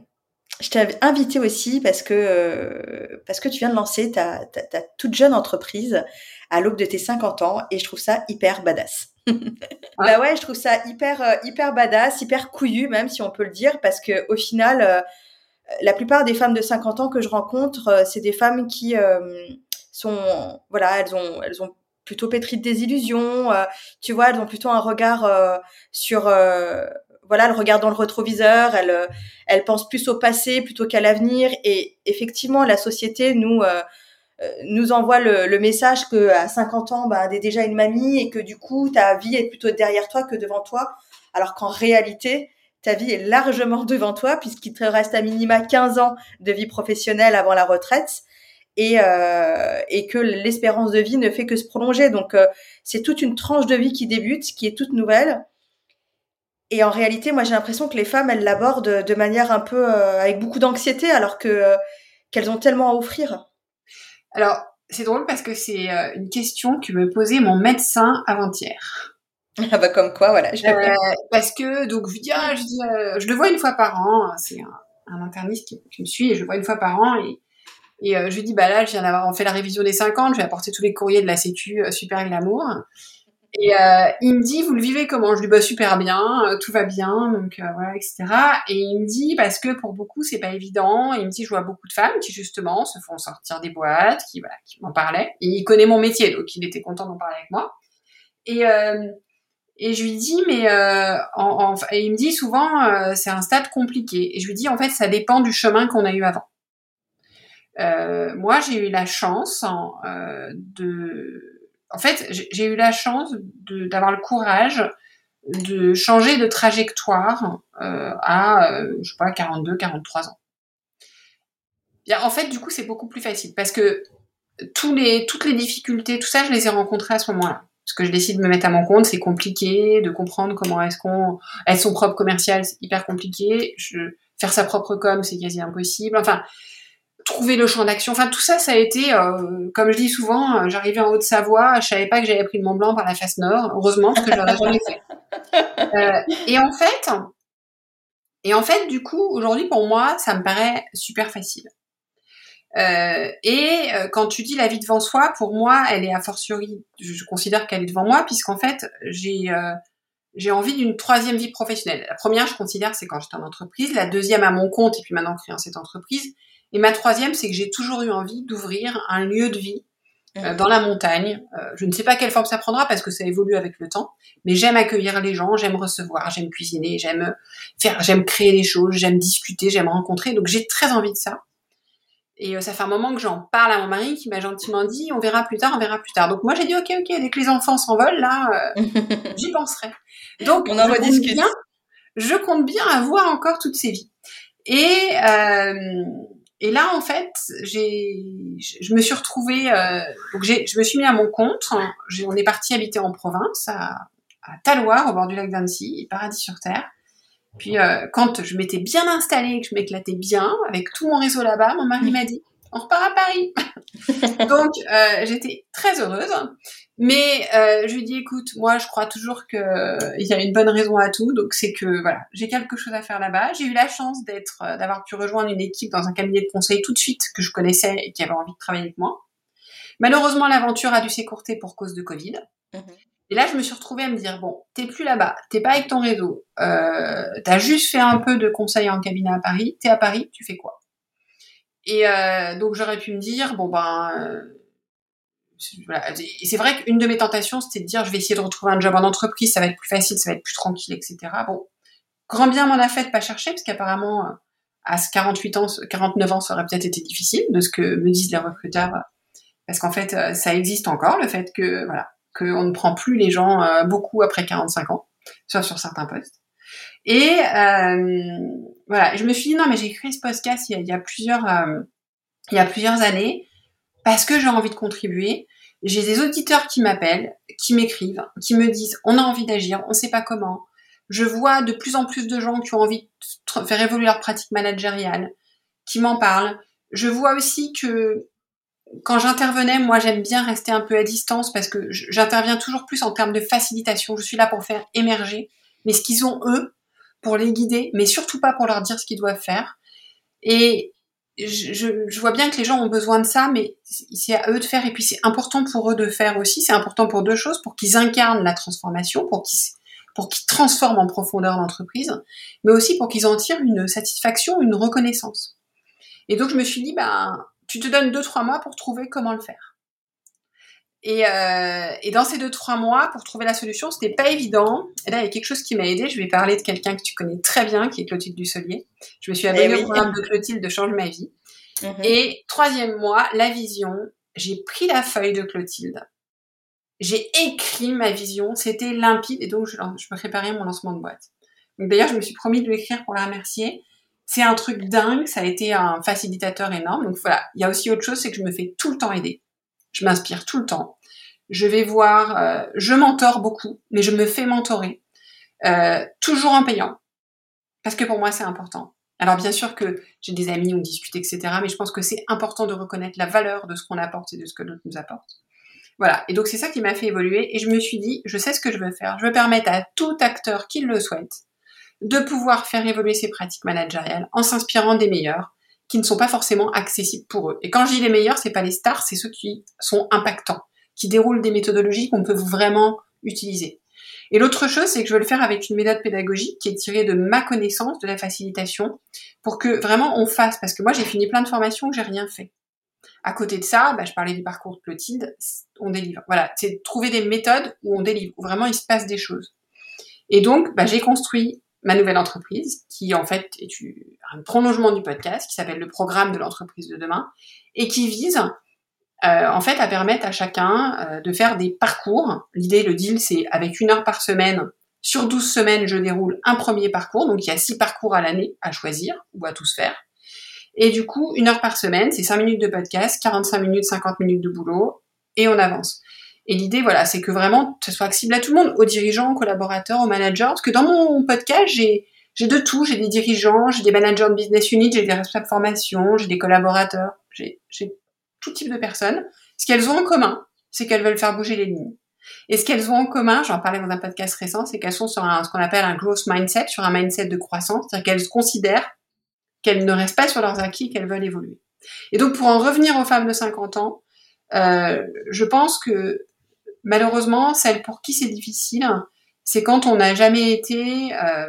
je t'ai invitée aussi parce que euh, parce que tu viens de lancer ta, ta, ta toute jeune entreprise à l'aube de tes cinquante ans et je trouve ça hyper badass. Ouais. Bah ouais, je trouve ça hyper euh, hyper badass, hyper couillu même si on peut le dire parce que au final, euh, la plupart des femmes de cinquante ans que je rencontre, euh, c'est des femmes qui euh, sont voilà, elles ont elles ont plutôt pétri de désillusions, euh, tu vois, elles ont plutôt un regard euh, sur euh, voilà, elles regardent dans le rétroviseur, elles, elles pensent plus au passé plutôt qu'à l'avenir. Et effectivement, la société nous, euh, euh, nous envoie le, le message que à cinquante ans, bah, t'es déjà une mamie et que du coup, ta vie est plutôt derrière toi que devant toi, alors qu'en réalité, ta vie est largement devant toi puisqu'il te reste à minima quinze ans de vie professionnelle avant la retraite. Et, euh, et que l'espérance de vie ne fait que se prolonger. Donc, euh, c'est toute une tranche de vie qui débute, qui est toute nouvelle. Et en réalité, moi, j'ai l'impression que les femmes, elles l'abordent de manière un peu euh, avec beaucoup d'anxiété, alors que euh, qu'elles ont tellement à offrir. Alors, c'est drôle parce que c'est euh, une question que me posait mon médecin avant-hier. Ah bah comme quoi, voilà. Je... Euh, parce que, donc, je lui dis, ah, je, dis euh, je le vois une fois par an. C'est un, un interniste qui, qui me suit et je le vois une fois par an. Et Et euh, je lui dis, bah là, je viens d'avoir, on fait la révision des cinquante, je vais apporter tous les courriers de la Sécu, euh, super glamour. Et euh, il me dit, vous le vivez comment? Je lui dis, bah super bien, euh, tout va bien, donc euh, voilà, et cetera. Et il me dit, parce que pour beaucoup, c'est pas évident. Et il me dit, je vois beaucoup de femmes qui justement se font sortir des boîtes, qui voilà, qui m'en parlaient. Et il connaît mon métier, donc il était content d'en parler avec moi. Et euh, et je lui dis, mais euh, en, en, et il me dit souvent, euh, c'est un stade compliqué. Et je lui dis, en fait, ça dépend du chemin qu'on a eu avant. Euh, moi, j'ai eu la chance hein, euh, de... En fait, j'ai eu la chance de, d'avoir le courage de changer de trajectoire euh, à, euh, je sais pas, quarante-deux, quarante-trois ans. Bien, en fait, du coup, c'est beaucoup plus facile parce que tous les, toutes les difficultés, tout ça, je les ai rencontrées à ce moment-là. Parce que je décide de me mettre à mon compte, c'est compliqué, de comprendre comment est-ce qu'on... Être son propre commercial, c'est hyper compliqué. Je... Faire sa propre com, c'est quasi impossible. Enfin... trouver le champ d'action, enfin tout ça, ça a été, euh, comme je dis souvent, euh, j'arrivais en Haute-Savoie, je savais pas que j'avais pris le Mont Blanc par la face nord, heureusement, parce que je l'aurais jamais fait. Euh, et en fait, et en fait, du coup, aujourd'hui pour moi, ça me paraît super facile. Euh, et euh, quand tu dis la vie devant soi, pour moi, elle est a fortiori, je, je considère qu'elle est devant moi, puisqu'en fait, j'ai euh, j'ai envie d'une troisième vie professionnelle. La première, je considère, c'est quand j'étais en entreprise. La deuxième, à mon compte, et puis maintenant créant cette entreprise. Et ma troisième, c'est que j'ai toujours eu envie d'ouvrir un lieu de vie euh, dans la montagne. Euh, je ne sais pas quelle forme ça prendra parce que ça évolue avec le temps. Mais j'aime accueillir les gens, j'aime recevoir, j'aime cuisiner, j'aime faire, j'aime créer des choses, j'aime discuter, j'aime rencontrer. Donc j'ai très envie de ça. Et euh, ça fait un moment que j'en parle à mon mari qui m'a gentiment dit on verra plus tard, on verra plus tard. Donc moi j'ai dit ok ok dès que les enfants s'envolent là, euh, j'y penserai. Donc on en je rediscute. Compte bien, je compte bien avoir encore toutes ces vies. Et euh, et là en fait j'ai je me suis retrouvée euh, donc j'ai je me suis mis à mon compte. J'ai, on est parti habiter en province à, à Talloires au bord du lac d'Annecy, paradis sur terre. Puis euh, quand je m'étais bien installée, que je m'éclatais bien avec tout mon réseau là-bas, mon mari m'a dit on repart à Paris. Donc euh, j'étais très heureuse, mais euh, je lui dis écoute, moi je crois toujours que il euh, y a une bonne raison à tout, donc c'est que voilà, j'ai quelque chose à faire là-bas. J'ai eu la chance d'être, euh, d'avoir pu rejoindre une équipe dans un cabinet de conseil tout de suite que je connaissais et qui avait envie de travailler avec moi. Malheureusement, l'aventure a dû s'écourter pour cause de Covid. Mmh. Et là, je me suis retrouvée à me dire, bon, t'es plus là-bas, t'es pas avec ton réseau, euh, t'as juste fait un peu de conseil en cabinet à Paris, t'es à Paris, tu fais quoi? Et euh, donc, j'aurais pu me dire, bon ben... Euh, voilà. Et c'est vrai qu'une de mes tentations, c'était de dire, je vais essayer de retrouver un job en entreprise, ça va être plus facile, ça va être plus tranquille, et cetera. Bon, grand bien m'en a fait de pas chercher, parce qu'apparemment, à quarante-huit ans, quarante-neuf ans, ça aurait peut-être été difficile, de ce que me disent les recruteurs, parce qu'en fait, ça existe encore, le fait que, voilà, qu'on ne prend plus les gens euh, beaucoup après quarante-cinq ans, soit sur certains postes. Et euh, voilà, je me suis dit non mais j'ai créé ce podcast il y a, il y a plusieurs euh, il y a plusieurs années parce que j'ai envie de contribuer. J'ai des auditeurs qui m'appellent, qui m'écrivent, qui me disent on a envie d'agir, on sait pas comment. Je vois de plus en plus de gens qui ont envie de faire évoluer leur pratique managériale, qui m'en parlent. Je vois aussi que quand j'intervenais, moi, j'aime bien rester un peu à distance parce que j'interviens toujours plus en termes de facilitation. Je suis là pour faire émerger, mais ce qu'ils ont, eux, pour les guider, mais surtout pas pour leur dire ce qu'ils doivent faire. Et je, je, je vois bien que les gens ont besoin de ça, mais c'est à eux de faire. Et puis, c'est important pour eux de faire aussi. C'est important pour deux choses, pour qu'ils incarnent la transformation, pour qu'ils, pour qu'ils transforment en profondeur l'entreprise, mais aussi pour qu'ils en tirent une satisfaction, une reconnaissance. Et donc, je me suis dit, ben... tu te donnes deux, trois mois pour trouver comment le faire. Et, euh, et dans ces deux, trois mois, pour trouver la solution, c'était pas évident. Et là, il y a quelque chose qui m'a aidée. Je vais parler de quelqu'un que tu connais très bien, qui est Clotilde Dussolier. Je me suis abonnée eh oui. au programme de Clotilde de Change ma vie. Mm-hmm. Et troisième mois, la vision, j'ai pris la feuille de Clotilde, j'ai écrit ma vision, c'était limpide, et donc je, je me préparais mon lancement de boîte. Donc d'ailleurs, je me suis promis de lui écrire pour la remercier. C'est un truc dingue, ça a été un facilitateur énorme. Donc voilà, il y a aussi autre chose, c'est que je me fais tout le temps aider. Je m'inspire tout le temps. Je vais voir, euh, je mentore beaucoup, mais je me fais mentorer, euh, toujours en payant, parce que pour moi, c'est important. Alors bien sûr que j'ai des amis, on discute, et cetera, mais je pense que c'est important de reconnaître la valeur de ce qu'on apporte et de ce que l'autre nous apporte. Voilà, et donc c'est ça qui m'a fait évoluer, et je me suis dit, je sais ce que je veux faire, je veux permettre à tout acteur qui le souhaite de pouvoir faire évoluer ses pratiques managériales en s'inspirant des meilleurs, qui ne sont pas forcément accessibles pour eux. Et quand je dis les meilleurs, c'est pas les stars, c'est ceux qui sont impactants, qui déroulent des méthodologies qu'on peut vraiment utiliser. Et l'autre chose, c'est que je veux le faire avec une méthode pédagogique qui est tirée de ma connaissance de la facilitation, pour que vraiment on fasse, parce que moi j'ai fini plein de formations que j'ai rien fait. À côté de ça, bah, je parlais du parcours de Clotilde, on délivre. Voilà, c'est trouver des méthodes où on délivre, où vraiment il se passe des choses. Et donc, bah, j'ai construit ma nouvelle entreprise, qui en fait est un prolongement du podcast, qui s'appelle le programme de l'entreprise de demain, et qui vise euh, en fait à permettre à chacun euh, de faire des parcours. L'idée, le deal, c'est avec une heure par semaine, sur douze semaines, je déroule un premier parcours, donc il y a six parcours à l'année à choisir, ou à tous faire. Et du coup, une heure par semaine, c'est cinq minutes de podcast, quarante-cinq minutes, cinquante minutes de boulot, et on avance. Et l'idée, voilà, c'est que vraiment, ce soit accessible à tout le monde, aux dirigeants, aux collaborateurs, aux managers, parce que dans mon podcast, j'ai, j'ai de tout. J'ai des dirigeants, j'ai des managers de business unit, j'ai des responsables de formation, j'ai des collaborateurs, j'ai, j'ai tout type de personnes. Ce qu'elles ont en commun, c'est qu'elles veulent faire bouger les lignes. Et ce qu'elles ont en commun, j'en parlais dans un podcast récent, c'est qu'elles sont sur un, ce qu'on appelle un growth mindset, sur un mindset de croissance, c'est-à-dire qu'elles considèrent qu'elles ne restent pas sur leurs acquis, qu'elles veulent évoluer. Et donc, pour en revenir aux femmes de cinquante ans, euh, je pense que malheureusement, celle pour qui c'est difficile, c'est quand on n'a jamais été euh,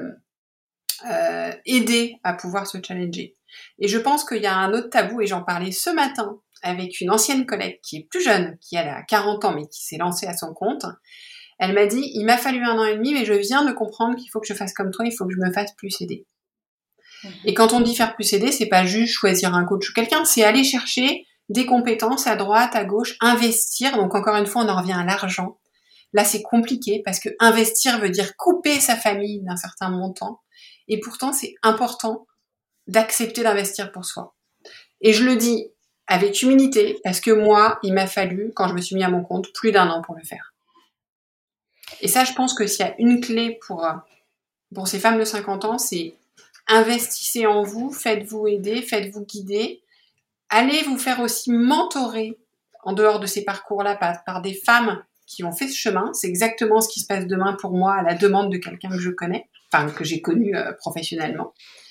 euh, aidé à pouvoir se challenger. Et je pense qu'il y a un autre tabou, et j'en parlais ce matin avec une ancienne collègue qui est plus jeune, qui elle a quarante ans, mais qui s'est lancée à son compte. Elle m'a dit, il m'a fallu un an et demi, mais je viens de comprendre qu'il faut que je fasse comme toi, il faut que je me fasse plus aider. Et quand on dit faire plus aider, c'est pas juste choisir un coach ou quelqu'un, c'est aller chercher des compétences à droite, à gauche, investir. Donc encore une fois, on en revient à l'argent. Là, c'est compliqué parce que investir veut dire couper sa famille d'un certain montant. Et pourtant, c'est important d'accepter d'investir pour soi. Et je le dis avec humilité parce que moi, il m'a fallu, quand je me suis mis à mon compte, plus d'un an pour le faire. Et ça, je pense que s'il y a une clé pour, pour ces femmes de cinquante ans, c'est investissez en vous, faites-vous aider, faites-vous guider. Allez vous faire aussi mentorer en dehors de ces parcours-là par, par des femmes qui ont fait ce chemin. C'est exactement ce qui se passe demain pour moi à la demande de quelqu'un que je connais, enfin que j'ai connu euh, professionnellement.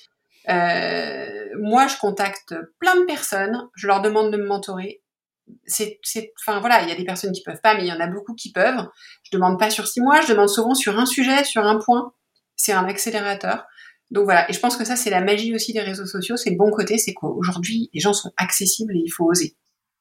Euh, moi, je contacte plein de personnes, je leur demande de me mentorer. C'est, c'est, enfin voilà, il y a des personnes qui peuvent pas, mais il y en a beaucoup qui peuvent. Je demande pas sur six mois, je demande souvent sur un sujet, sur un point. C'est un accélérateur. Donc voilà, et je pense que ça, c'est la magie aussi des réseaux sociaux, c'est le bon côté, c'est qu'aujourd'hui, les gens sont accessibles et il faut oser.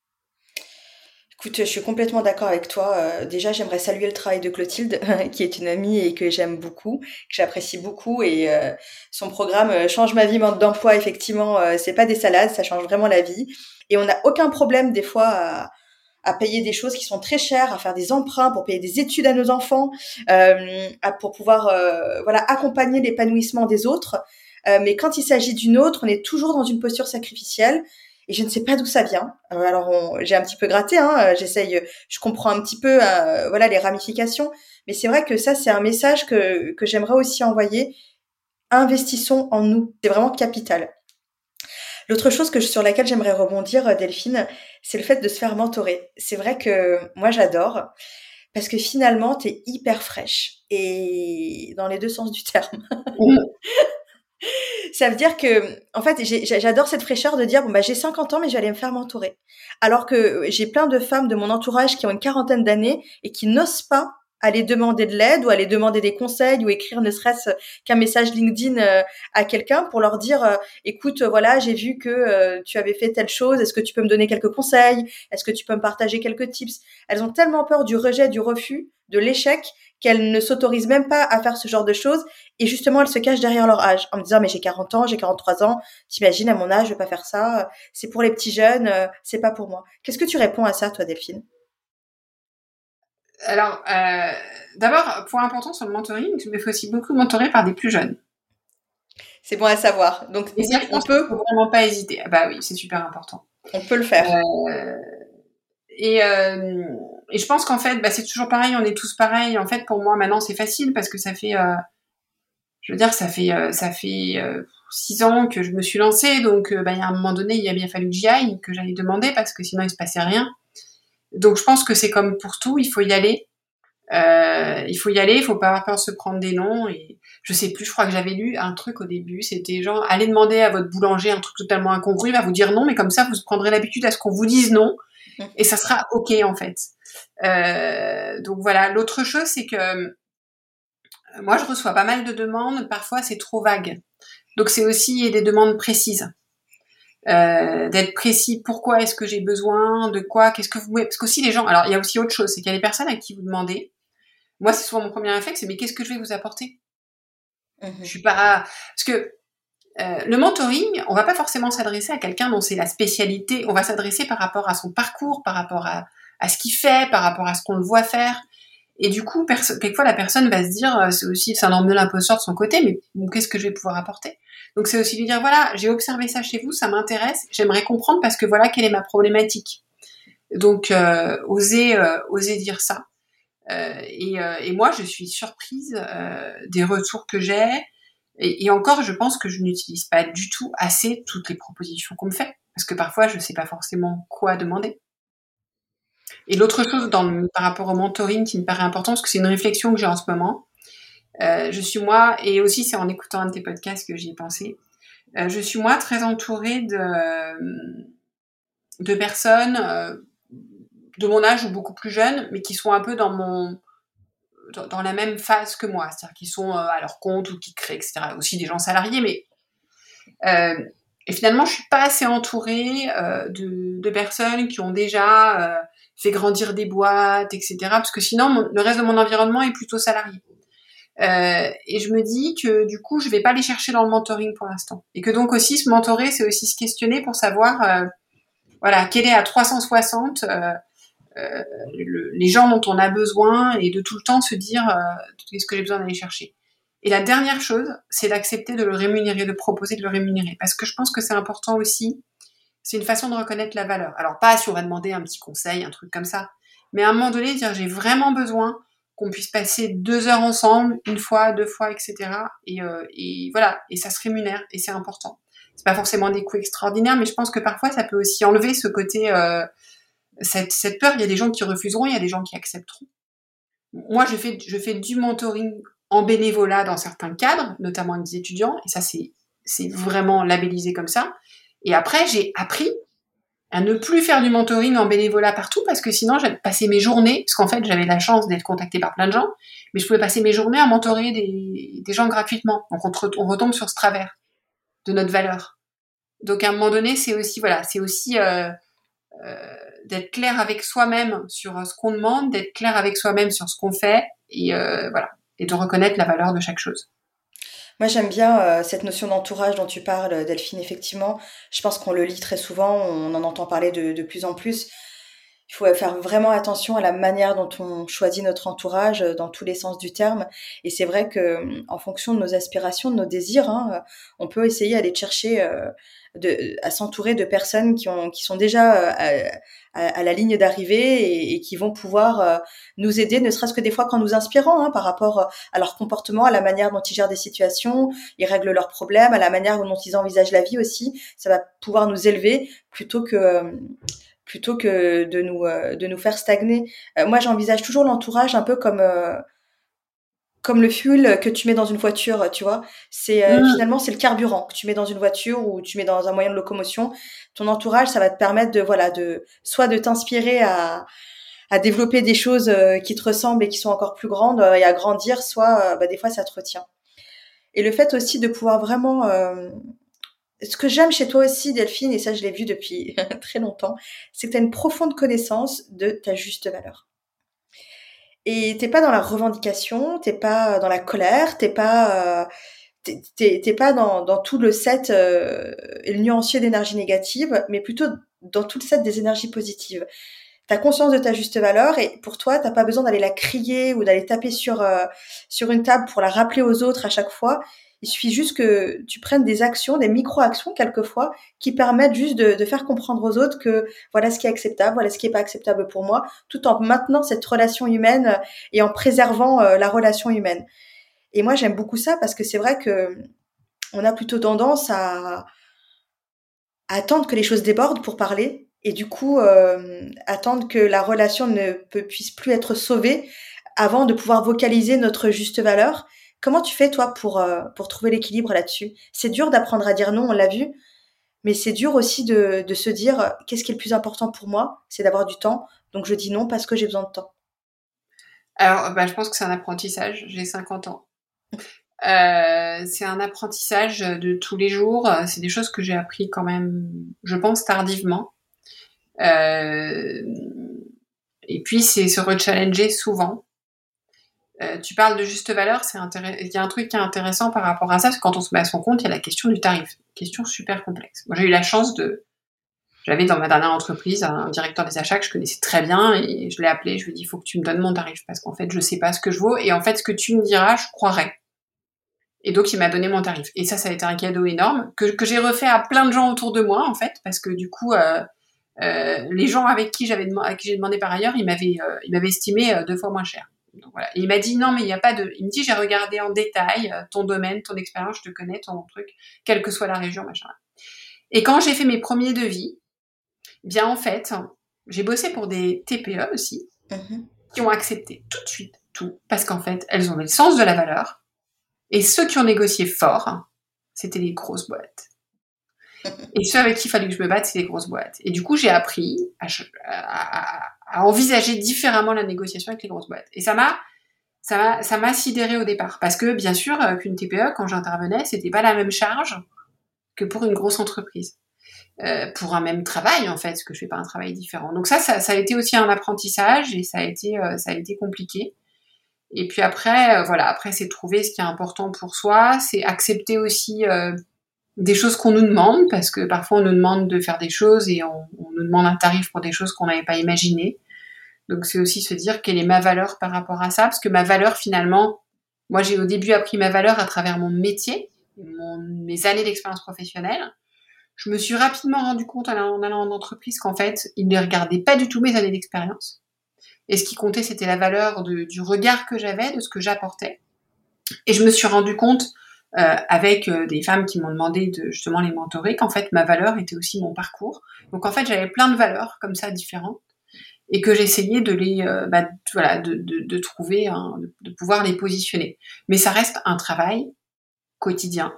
Écoute, je suis complètement d'accord avec toi. Euh, déjà, j'aimerais saluer le travail de Clotilde, qui est une amie et que j'aime beaucoup, que j'apprécie beaucoup. Et euh, son programme euh, Change ma vie d'emploi, effectivement, euh, c'est pas des salades, ça change vraiment la vie. Et on n'a aucun problème des fois à, à payer des choses qui sont très chères, à faire des emprunts pour payer des études à nos enfants, euh, à, pour pouvoir euh, voilà accompagner l'épanouissement des autres. Euh, mais quand il s'agit d'une autre, on est toujours dans une posture sacrificielle. Et je ne sais pas d'où ça vient. Euh, alors, on, j'ai un petit peu gratté, hein, j'essaye, je comprends un petit peu, euh, voilà, les ramifications. Mais c'est vrai que ça, c'est un message que que j'aimerais aussi envoyer. Investissons en nous. C'est vraiment capital. L'autre chose que je, sur laquelle j'aimerais rebondir, Delphine, c'est le fait de se faire mentorer. C'est vrai que moi, j'adore parce que finalement, t'es hyper fraîche et dans les deux sens du terme. Ça veut dire que, en fait, j'ai, j'adore cette fraîcheur de dire, bon, bah, j'ai cinquante ans, mais je vais aller me faire mentorer. Alors que j'ai plein de femmes de mon entourage qui ont une quarantaine d'années et qui n'osent pas aller demander de l'aide ou aller demander des conseils ou écrire ne serait-ce qu'un message LinkedIn euh, à quelqu'un pour leur dire euh, écoute, voilà, j'ai vu que euh, tu avais fait telle chose, est-ce que tu peux me donner quelques conseils? Est-ce que tu peux me partager quelques tips? Elles ont tellement peur du rejet, du refus, de l'échec qu'elles ne s'autorisent même pas à faire ce genre de choses et justement elles se cachent derrière leur âge en me disant mais j'ai quarante ans, j'ai quarante-trois ans, t'imagines à mon âge je vais pas faire ça, c'est pour les petits jeunes, euh, c'est pas pour moi. Qu'est-ce que tu réponds à ça toi Delphine? Alors, euh, d'abord, point important sur le mentoring, je me fais aussi beaucoup mentorer par des plus jeunes. C'est bon à savoir. Donc, et ça, je on pense peut... qu'il faut vraiment pas hésiter. Ah bah oui, c'est super important. On peut le faire. Euh, et, euh, et je pense qu'en fait, bah, c'est toujours pareil, on est tous pareils. En fait, pour moi, maintenant, c'est facile parce que ça fait, euh, je veux dire, ça fait, euh, ça fait euh, six ans que je me suis lancée. Donc, euh, bah, il y a un moment donné, il a bien fallu que j'y aille, que j'aille demander parce que sinon, il se passait rien. Donc, je pense que c'est comme pour tout, il faut y aller. Euh, il faut y aller, il faut pas avoir peur de se prendre des noms. Et je sais plus, je crois que j'avais lu un truc au début, c'était genre, allez demander à votre boulanger un truc totalement incongru, il va vous dire non, mais comme ça, vous prendrez l'habitude à ce qu'on vous dise non, et ça sera ok en fait. Euh, donc voilà. L'autre chose, c'est que euh, moi, je reçois pas mal de demandes, parfois c'est trop vague. Donc c'est aussi des demandes précises. Euh, d'être précis, pourquoi est-ce que j'ai besoin, de quoi, qu'est-ce que vous voulez, parce qu'aussi les gens, alors il y a aussi autre chose, c'est qu'il y a des personnes à qui vous demandez. Moi, c'est souvent mon premier réflexe, c'est mais qu'est-ce que je vais vous apporter? Mmh. Je suis pas... Parce que euh, le mentoring, on va pas forcément s'adresser à quelqu'un dont c'est la spécialité, on va s'adresser par rapport à son parcours, par rapport à, à ce qu'il fait, par rapport à ce qu'on le voit faire. Et du coup, perso- quelquefois, la personne va se dire, euh, c'est aussi le syndrome de l'imposteur de son côté, mais bon, qu'est-ce que je vais pouvoir apporter? Donc, c'est aussi lui dire, voilà, j'ai observé ça chez vous, ça m'intéresse, j'aimerais comprendre parce que voilà quelle est ma problématique. Donc, euh, oser, euh, oser dire ça. Euh, et, euh, et moi, je suis surprise euh, des retours que j'ai. Et, et encore, je pense que je n'utilise pas du tout assez toutes les propositions qu'on me fait. Parce que parfois, je ne sais pas forcément quoi demander. Et l'autre chose dans le, par rapport au mentoring qui me paraît important, parce que c'est une réflexion que j'ai en ce moment, euh, je suis moi, et aussi c'est en écoutant un de tes podcasts que j'y ai pensé, euh, je suis moi très entourée de, de personnes euh, de mon âge ou beaucoup plus jeunes, mais qui sont un peu dans mon... dans la même phase que moi, c'est-à-dire qu'ils sont à leur compte ou qui créent, et cetera. Aussi des gens salariés, mais euh, et finalement, je suis pas assez entourée euh, de, de personnes qui ont déjà euh, fait grandir des boîtes, et cetera. Parce que sinon, mon, le reste de mon environnement est plutôt salarié. Euh, et je me dis que du coup, je vais pas les chercher dans le mentoring pour l'instant. Et que donc aussi, se mentorer, c'est aussi se questionner pour savoir, euh, voilà, quel est à trois cent soixante euh, Euh, le, les gens dont on a besoin et de tout le temps se dire euh, qu'est-ce que j'ai besoin d'aller chercher. Et la dernière chose, c'est d'accepter de le rémunérer, de proposer de le rémunérer. Parce que je pense que c'est important aussi, c'est une façon de reconnaître la valeur. Alors pas si on va demander un petit conseil, un truc comme ça, mais à un moment donné, dire j'ai vraiment besoin qu'on puisse passer deux heures ensemble, une fois, deux fois, et cetera. Et, euh, et voilà, et ça se rémunère, et c'est important. C'est pas forcément des coûts extraordinaires, mais je pense que parfois ça peut aussi enlever ce côté... Euh, Cette, cette peur, il y a des gens qui refuseront, il y a des gens qui accepteront. Moi, je fais, je fais du mentoring en bénévolat dans certains cadres, notamment avec des étudiants, et ça, c'est, c'est vraiment labellisé comme ça. Et après, j'ai appris à ne plus faire du mentoring en bénévolat partout, parce que sinon, j'allais passer mes journées, parce qu'en fait, j'avais la chance d'être contactée par plein de gens, mais je pouvais passer mes journées à mentorer des, des gens gratuitement. Donc, on, on retombe sur ce travers de notre valeur. Donc, à un moment donné, c'est aussi, voilà, c'est aussi... Euh, Euh, d'être clair avec soi-même sur ce qu'on demande, d'être clair avec soi-même sur ce qu'on fait, et euh, voilà, et de reconnaître la valeur de chaque chose. Moi, j'aime bien euh, cette notion d'entourage dont tu parles, Delphine, effectivement. Je pense qu'on le lit très souvent, on en entend parler de, de plus en plus. Il faut faire vraiment attention à la manière dont on choisit notre entourage dans tous les sens du terme. Et c'est vrai que, en fonction de nos aspirations, de nos désirs, hein, on peut essayer d'aller chercher, euh, de, à s'entourer de personnes qui ont, qui sont déjà à, à, à la ligne d'arrivée et, et qui vont pouvoir euh, nous aider, ne serait-ce que des fois qu'en nous inspirant, hein, par rapport à leur comportement, à la manière dont ils gèrent des situations, ils règlent leurs problèmes, à la manière dont ils envisagent la vie aussi. Ça va pouvoir nous élever plutôt que euh, plutôt que de nous euh, de nous faire stagner. Euh, moi, j'envisage toujours l'entourage un peu comme euh, comme le fuel que tu mets dans une voiture, tu vois. C'est euh, mmh. Finalement c'est le carburant que tu mets dans une voiture ou tu mets dans un moyen de locomotion. Ton entourage, ça va te permettre de voilà de soit de t'inspirer à à développer des choses euh, qui te ressemblent et qui sont encore plus grandes euh, et à grandir, soit euh, bah, des fois ça te retient. Et le fait aussi de pouvoir vraiment euh, ce que j'aime chez toi aussi, Delphine, et ça je l'ai vu depuis très longtemps, c'est que tu as une profonde connaissance de ta juste valeur. et t'es pas dans la revendication, t'es pas dans la colère, t'es pas, euh, t'es, t'es, t'es pas dans, dans tout le set euh, et le nuancier d'énergie négative, mais plutôt dans tout le set des énergies positives. T'as conscience de ta juste valeur et pour toi, t'as pas besoin d'aller la crier ou d'aller taper sur euh, sur une table pour la rappeler aux autres à chaque fois. Il suffit juste que tu prennes des actions, des micro-actions quelquefois, qui permettent juste de, de faire comprendre aux autres que voilà ce qui est acceptable, voilà ce qui est pas acceptable pour moi, tout en maintenant cette relation humaine et en préservant euh, la relation humaine. Et moi, j'aime beaucoup ça parce que c'est vrai que on a plutôt tendance à, à attendre que les choses débordent pour parler et du coup euh, attendre que la relation ne peut, puisse plus être sauvée avant de pouvoir vocaliser notre juste valeur. Comment tu fais toi pour euh, pour trouver l'équilibre là-dessus? C'est dur d'apprendre à dire non, on l'a vu, mais c'est dur aussi de de se dire qu'est-ce qui est le plus important pour moi? C'est d'avoir du temps, donc je dis non parce que j'ai besoin de temps. Alors, bah, je pense que c'est un apprentissage. J'ai cinquante ans. Euh, c'est un apprentissage de tous les jours. C'est des choses que j'ai appris quand même, je pense, tardivement. Euh, et puis, c'est se rechallenger souvent. Euh, tu parles de juste valeur, c'est intéress- il y a un truc qui est intéressant par rapport à ça, parce que quand on se met à son compte, il y a la question du tarif. Question super complexe. Moi, j'ai eu la chance de... J'avais dans ma dernière entreprise un directeur des achats que je connaissais très bien et je l'ai appelé, je lui ai dit, il faut que tu me donnes mon tarif parce qu'en fait, je sais pas ce que je vaux et en fait, ce que tu me diras, je croirai. Et donc, il m'a donné mon tarif. Et ça, ça a été un cadeau énorme que, que j'ai refait à plein de gens autour de moi, en fait, parce que du coup, euh, euh, les gens avec qui j'avais dem- à qui j'ai demandé par ailleurs, ils m'avaient, euh, ils m'avaient estimé euh, deux fois moins cher. Donc, voilà. Et il m'a dit non, mais il n'y a pas de. Il me dit j'ai regardé en détail euh, ton domaine, ton expérience, je te connais, ton truc, quelle que soit la région, machin. Et quand j'ai fait mes premiers devis, bien en fait, j'ai bossé pour des T P E aussi, Mm-hmm. qui ont accepté tout de suite tout, parce qu'en fait, elles ont le sens de la valeur. Et ceux qui ont négocié fort, c'était les grosses boîtes. Et ceux avec qui il fallait que je me batte, c'est les grosses boîtes. Et du coup, j'ai appris à, à, à envisager différemment la négociation avec les grosses boîtes. Et ça m'a, ça m'a, ça m'a sidéré au départ. Parce que, bien sûr, qu'une T P E, quand j'intervenais, c'était pas la même charge que pour une grosse entreprise. Euh, pour un même travail, en fait, parce que je fais pas un travail différent. Donc ça, ça, ça a été aussi un apprentissage et ça a été, euh, ça a été compliqué. Et puis après, euh, voilà, après, c'est trouver ce qui est important pour soi, c'est accepter aussi euh, des choses qu'on nous demande, parce que parfois on nous demande de faire des choses et on, on nous demande un tarif pour des choses qu'on n'avait pas imaginées. Donc c'est aussi se dire quelle est ma valeur par rapport à ça, parce que ma valeur finalement, moi j'ai au début appris ma valeur à travers mon métier, mon, mes années d'expérience professionnelle. Je me suis rapidement rendu compte en allant en entreprise qu'en fait, ils ne regardaient pas du tout mes années d'expérience. Et ce qui comptait, c'était la valeur de, du regard que j'avais, de ce que j'apportais. Et je me suis rendu compte, euh, avec euh, des femmes qui m'ont demandé de justement les mentorer, qu'en fait, ma valeur était aussi mon parcours. Donc en fait, j'avais plein de valeurs comme ça différentes et que j'essayais de les, euh, bah, voilà, de, de, de trouver, hein, de, de pouvoir les positionner. Mais ça reste un travail quotidien.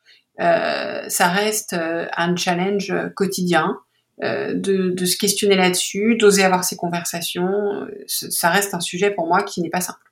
Euh, ça reste euh, un challenge quotidien. Euh, de, de se questionner là-dessus, d'oser avoir ces conversations, ça reste un sujet pour moi qui n'est pas simple.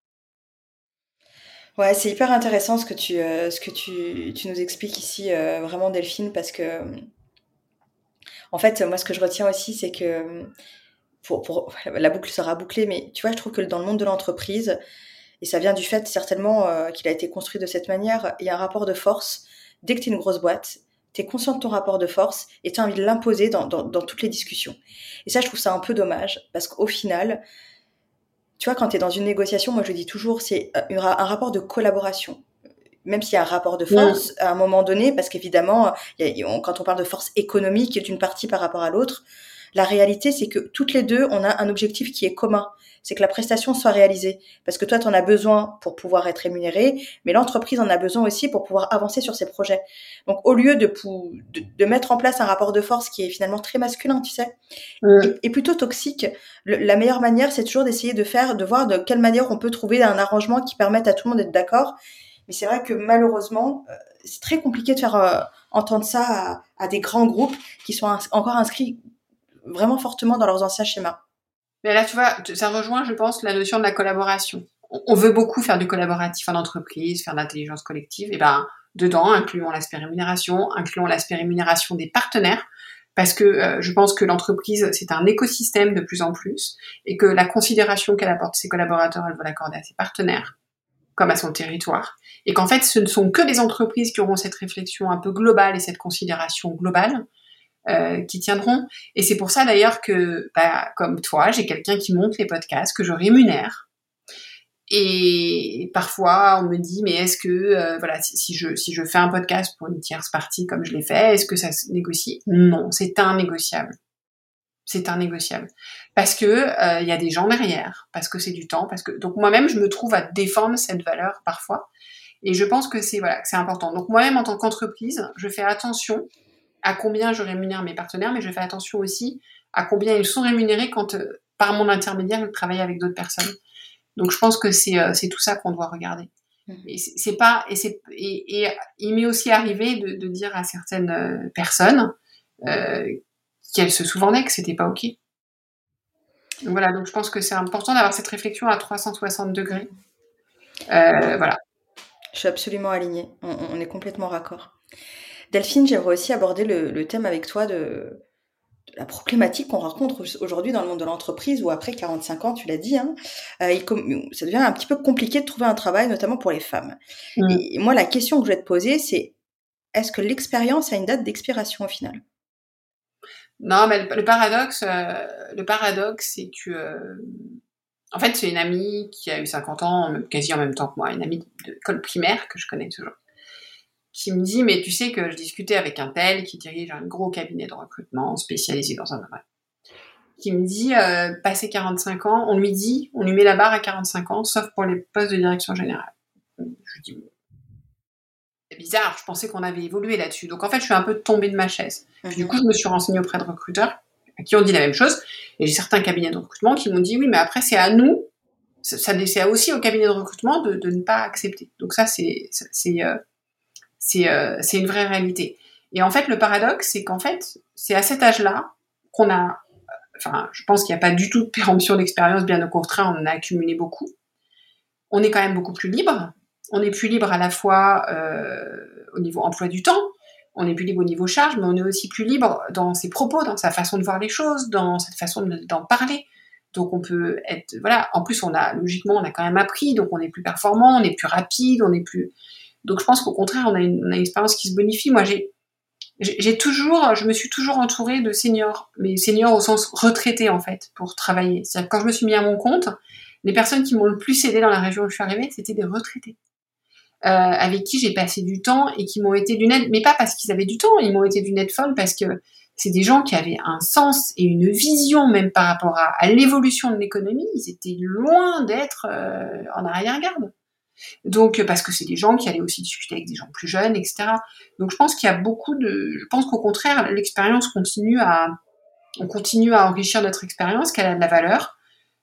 Ouais, c'est hyper intéressant ce que tu, euh, ce que tu, tu nous expliques ici, euh, vraiment Delphine, parce que, en fait, moi, ce que je retiens aussi, c'est que, pour, pour, la boucle sera bouclée, mais tu vois, je trouve que dans le monde de l'entreprise, et ça vient du fait certainement euh, qu'il a été construit de cette manière, il y a un rapport de force. Dès que tu es une grosse boîte, tu es conscient de ton rapport de force et tu as envie de l'imposer dans, dans, dans toutes les discussions. Et ça, je trouve ça un peu dommage, parce qu'au final, tu vois, quand tu es dans une négociation, moi je dis toujours, c'est un, un rapport de collaboration. Même s'il y a un rapport de force, mmh. à un moment donné, parce qu'évidemment, y a, on, quand on parle de force économique d'une partie par rapport à l'autre, la réalité, c'est que toutes les deux, on a un objectif qui est commun. C'est que la prestation soit réalisée. Parce que toi, tu en as besoin pour pouvoir être rémunéré, mais l'entreprise en a besoin aussi pour pouvoir avancer sur ses projets. Donc, au lieu de, de, de mettre en place un rapport de force qui est finalement très masculin, tu sais, mmh. et, et plutôt toxique, le, la meilleure manière, c'est toujours d'essayer de faire, de voir de quelle manière on peut trouver un arrangement qui permette à tout le monde d'être d'accord. Mais c'est vrai que malheureusement, euh, c'est très compliqué de faire euh, entendre ça à, à des grands groupes qui sont ins- encore inscrits vraiment fortement dans leurs anciens schémas. Mais là, tu vois, ça rejoint, je pense, la notion de la collaboration. On veut beaucoup faire du collaboratif en entreprise, faire de l'intelligence collective. Et ben, dedans, incluons l'aspect rémunération, incluons l'aspect rémunération des partenaires. parce que euh, je pense que l'entreprise, c'est un écosystème de plus en plus, et que la considération qu'elle apporte à ses collaborateurs, elle va l'accorder à ses partenaires, comme à son territoire, et qu'en fait, ce ne sont que les entreprises qui auront cette réflexion un peu globale et cette considération globale euh, qui tiendront. Et c'est pour ça d'ailleurs que, bah, comme toi, j'ai quelqu'un qui monte les podcasts, que je rémunère. Et parfois, on me dit, mais est-ce que, euh, voilà, si, si je si je fais un podcast pour une tierce partie comme je l'ai fait, est-ce que ça se négocie ? Non, c'est innégociable. C'est innégociable. Parce que euh, il y a des gens derrière, parce que c'est du temps, parce que donc moi-même je me trouve à défendre cette valeur parfois, et je pense que c'est voilà que c'est important. Donc moi-même en tant qu'entreprise, je fais attention à combien je rémunère mes partenaires, mais je fais attention aussi à combien ils sont rémunérés quand euh, par mon intermédiaire ils travaillent avec d'autres personnes. Donc je pense que c'est euh, c'est tout ça qu'on doit regarder. Et c'est, c'est pas et c'est et, et il m'est aussi arrivé de, de dire à certaines euh, personnes euh, qu'elles se sous-vendaient, que c'était pas ok. Donc voilà, donc je pense que c'est important d'avoir cette réflexion à trois cent soixante degrés. Euh, voilà. Je suis absolument alignée. On, on est complètement raccord. Delphine, j'aimerais aussi aborder le, le thème avec toi de la problématique qu'on rencontre aujourd'hui dans le monde de l'entreprise, où après quarante-cinq ans, tu l'as dit, hein, euh, il, ça devient un petit peu compliqué de trouver un travail, notamment pour les femmes. Mmh. Et moi, la question que je vais te poser, c'est est-ce que l'expérience a une date d'expiration au final ? Non, mais le, le paradoxe, euh, le paradoxe, c'est que, euh, en fait, c'est une amie qui a eu cinquante ans, quasi en même temps que moi, une amie d'école primaire que je connais toujours, qui me dit, mais tu sais que je discutais avec un tel qui dirige un gros cabinet de recrutement spécialisé dans un domaine, qui me dit, euh, passé quarante-cinq ans, on lui dit, on lui met la barre à quarante-cinq ans, sauf pour les postes de direction générale. Je dis, c'est bizarre, je pensais qu'on avait évolué là-dessus. Donc en fait, je suis un peu tombée de ma chaise. Puis mm-hmm. Du coup, je me suis renseignée auprès de recruteurs à qui ont dit la même chose. Et j'ai certains cabinets de recrutement qui m'ont dit, oui, mais après, c'est à nous, ça, c'est aussi au cabinet de recrutement de, de ne pas accepter. Donc ça, c'est, c'est, euh, c'est, euh, c'est une vraie réalité. Et en fait, le paradoxe, c'est qu'en fait, c'est à cet âge-là qu'on a, enfin, je pense qu'il n'y a pas du tout de péremption d'expérience, bien au contraire, on en a accumulé beaucoup. On est quand même beaucoup plus libre. On est plus libre à la fois euh, au niveau emploi du temps, on est plus libre au niveau charge, mais on est aussi plus libre dans ses propos, dans sa façon de voir les choses, dans cette façon de, d'en parler. Donc on peut être, voilà, en plus on a, logiquement, on a quand même appris, donc on est plus performant, on est plus rapide, on est plus... Donc je pense qu'au contraire, on a une, on a une expérience qui se bonifie. Moi, j'ai, j'ai, j'ai toujours, je me suis toujours entourée de seniors, mais seniors au sens retraité, en fait, pour travailler. C'est-à-dire que quand je me suis mis à mon compte, les personnes qui m'ont le plus aidé dans la région où je suis arrivée, c'était des retraités. Euh, avec qui j'ai passé du temps et qui m'ont été d'une aide, mais pas parce qu'ils avaient du temps, ils m'ont été d'une aide folle parce que c'est des gens qui avaient un sens et une vision même par rapport à, à l'évolution de l'économie, ils étaient loin d'être euh, en arrière-garde. Donc, parce que c'est des gens qui allaient aussi discuter avec des gens plus jeunes, et cetera. Donc, je pense qu'il y a beaucoup de... Je pense qu'au contraire, l'expérience continue à... On continue à enrichir notre expérience, qu'elle a de la valeur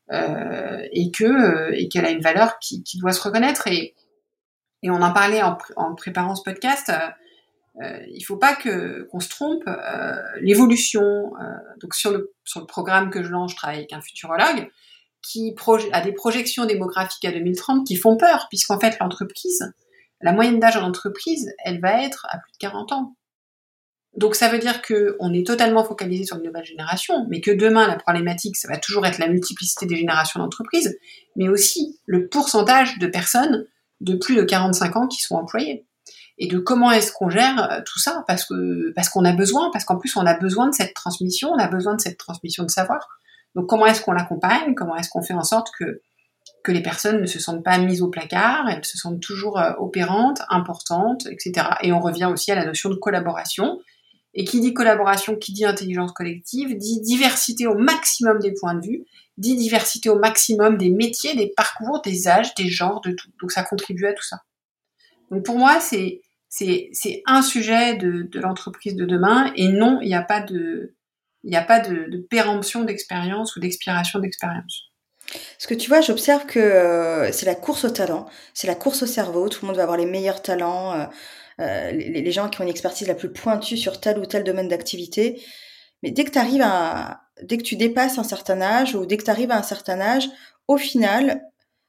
euh, et, que, euh, et qu'elle a une valeur qui, qui doit se reconnaître. Et Et on en parlait en, pr- en préparant ce podcast. Euh, euh, il faut pas que qu'on se trompe. Euh, l'évolution. Euh, donc sur le sur le programme que je lance, je travaille avec un futurologue qui proje- a des projections démographiques à deux mille trente qui font peur, puisqu'en fait l'entreprise, la moyenne d'âge en entreprise, elle va être à plus de quarante ans. Donc ça veut dire que on est totalement focalisé sur une nouvelle génération, mais que demain la problématique, ça va toujours être la multiplicité des générations d'entreprises, mais aussi le pourcentage de personnes de plus de quarante-cinq ans qui sont employés. Et de comment est-ce qu'on gère tout ça, parce que parce qu'on a besoin, parce qu'en plus on a besoin de cette transmission, on a besoin de cette transmission de savoir. Donc comment est-ce qu'on l'accompagne, comment est-ce qu'on fait en sorte que que les personnes ne se sentent pas mises au placard, elles se sentent toujours euh, opérantes, importantes, et cetera. Et on revient aussi à la notion de collaboration. Et qui dit collaboration, qui dit intelligence collective, dit diversité au maximum des points de vue, dit diversité au maximum des métiers, des parcours, des âges, des genres, de tout. Donc ça contribue à tout ça. Donc pour moi, c'est, c'est, c'est un sujet de, de l'entreprise de demain, et non, il n'y a pas de, il n'y a pas de, de péremption d'expérience ou d'expiration d'expérience. Parce que tu vois, j'observe que euh, c'est la course au talent, c'est la course au cerveau, tout le monde va avoir les meilleurs talents, euh, euh, les, les gens qui ont une expertise la plus pointue sur tel ou tel domaine d'activité. Mais dès que tu arrives à, dès que tu dépasses un certain âge, ou dès que tu arrives à un certain âge, au final,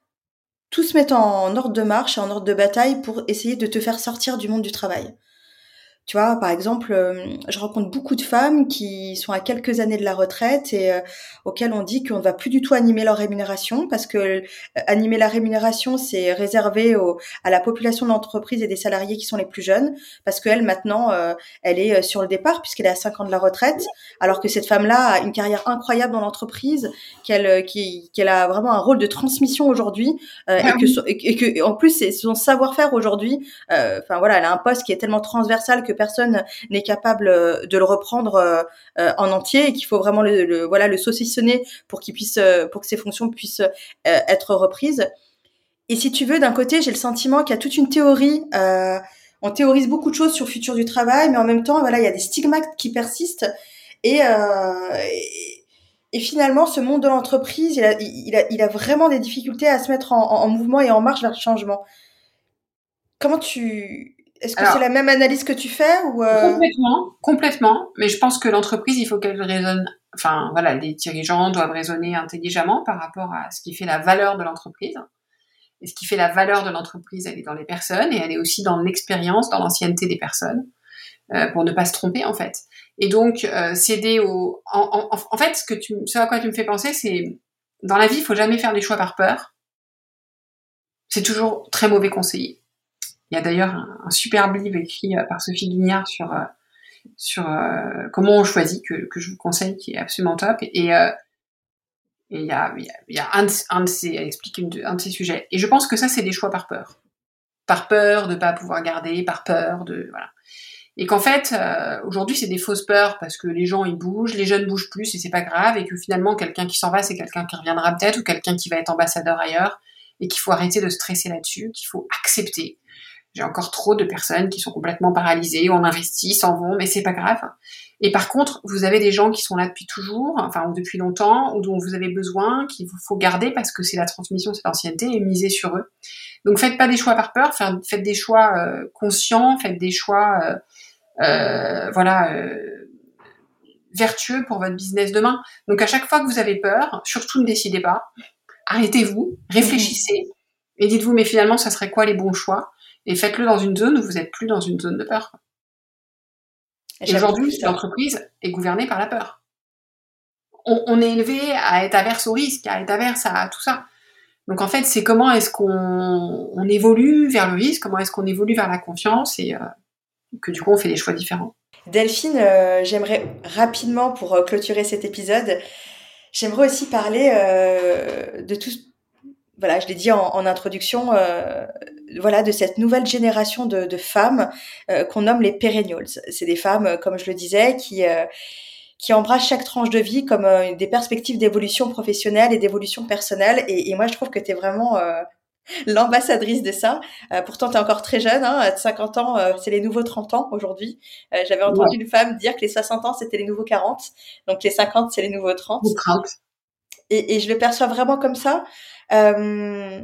tout se met en ordre de marche, en ordre de bataille pour essayer de te faire sortir du monde du travail. Tu vois, par exemple, euh, je rencontre beaucoup de femmes qui sont à quelques années de la retraite et euh, auxquelles on dit qu'on ne va plus du tout animer leur rémunération parce que euh, animer la rémunération, c'est réservé au, à la population de l'entreprise et des salariés qui sont les plus jeunes parce qu'elle, maintenant, euh, elle est sur le départ puisqu'elle est à cinq ans de la retraite, alors que cette femme-là a une carrière incroyable dans l'entreprise, qu'elle, qui, qu'elle a vraiment un rôle de transmission aujourd'hui euh, et, que, et que, en plus, c'est son savoir-faire aujourd'hui. Enfin euh, voilà, elle a un poste qui est tellement transversal que personne n'est capable de le reprendre euh, en entier et qu'il faut vraiment le, le voilà le saucissonner pour qu'il puisse pour que ses fonctions puissent euh, être reprises. Et si tu veux, d'un côté, j'ai le sentiment qu'il y a toute une théorie. Euh, on théorise beaucoup de choses sur le futur du travail, mais en même temps, voilà, il y a des stigmates qui persistent et, euh, et et finalement, ce monde de l'entreprise, il a, il a, il a vraiment des difficultés à se mettre en, en mouvement et en marche vers le changement. Comment tu... Est-ce que Alors, c'est la même analyse que tu fais ou euh... complètement, complètement. Mais je pense que l'entreprise, il faut qu'elle raisonne. Enfin, voilà, les dirigeants doivent raisonner intelligemment par rapport à ce qui fait la valeur de l'entreprise. Et ce qui fait la valeur de l'entreprise, elle est dans les personnes et elle est aussi dans l'expérience, dans l'ancienneté des personnes, euh, pour ne pas se tromper en fait. Et donc, euh, céder au. En, en, en fait, ce que tu, ce à quoi tu me fais penser, c'est dans la vie, il faut jamais faire des choix par peur. C'est toujours très mauvais conseiller. Il y a d'ailleurs un, un superbe livre écrit par Sophie Guignard sur, euh, sur euh, comment on choisit, que, que je vous conseille, qui est absolument top. Et euh, et il y a, y a, y a un, de, un de ces, elle explique une, un de ces sujets. Et je pense que ça, c'est des choix par peur. Par peur de ne pas pouvoir garder, par peur de... Voilà. Et qu'en fait, euh, aujourd'hui, c'est des fausses peurs parce que les gens, ils bougent, les jeunes bougent plus et c'est pas grave. Et que finalement, quelqu'un qui s'en va, c'est quelqu'un qui reviendra peut-être ou quelqu'un qui va être ambassadeur ailleurs. Et qu'il faut arrêter de stresser là-dessus, qu'il faut accepter. J'ai encore trop de personnes qui sont complètement paralysées, où on investit, s'en vont, mais c'est pas grave. Et par contre, vous avez des gens qui sont là depuis toujours, enfin, ou depuis longtemps, ou dont vous avez besoin, qu'il vous faut garder parce que c'est la transmission, c'est l'ancienneté, et miser sur eux. Donc, faites pas des choix par peur, faites des choix euh, conscients, faites des choix, euh, euh, voilà, euh, vertueux pour votre business demain. Donc, à chaque fois que vous avez peur, surtout ne décidez pas. Arrêtez-vous, réfléchissez, et dites-vous, mais finalement, ça serait quoi les bons choix? Et faites-le dans une zone où vous n'êtes plus dans une zone de peur. Et aujourd'hui, l'entreprise est gouvernée par la peur. On, on est élevé à être averse au risque, à être averse à tout ça. Donc en fait, c'est comment est-ce qu'on on évolue vers le risque, comment est-ce qu'on évolue vers la confiance et euh, que du coup on fait des choix différents. Delphine, euh, j'aimerais rapidement, pour euh, clôturer cet épisode, j'aimerais aussi parler euh, de tout... Voilà, je l'ai dit en, en introduction, euh, voilà, de cette nouvelle génération de, de femmes euh, qu'on nomme les perennials. C'est des femmes, comme je le disais, qui... Euh, qui embrassent chaque tranche de vie comme euh, des perspectives d'évolution professionnelle et d'évolution personnelle. Et, et moi, je trouve que tu es vraiment euh, l'ambassadrice de ça. Euh, pourtant, tu es encore très jeune, hein, à cinquante ans, euh, c'est les nouveaux trente ans aujourd'hui. Euh, j'avais entendu ouais. une femme dire que les soixante ans, c'était les nouveaux quarante. Donc les cinquante, c'est les nouveaux trente. Et, et je le perçois vraiment comme ça. Euh,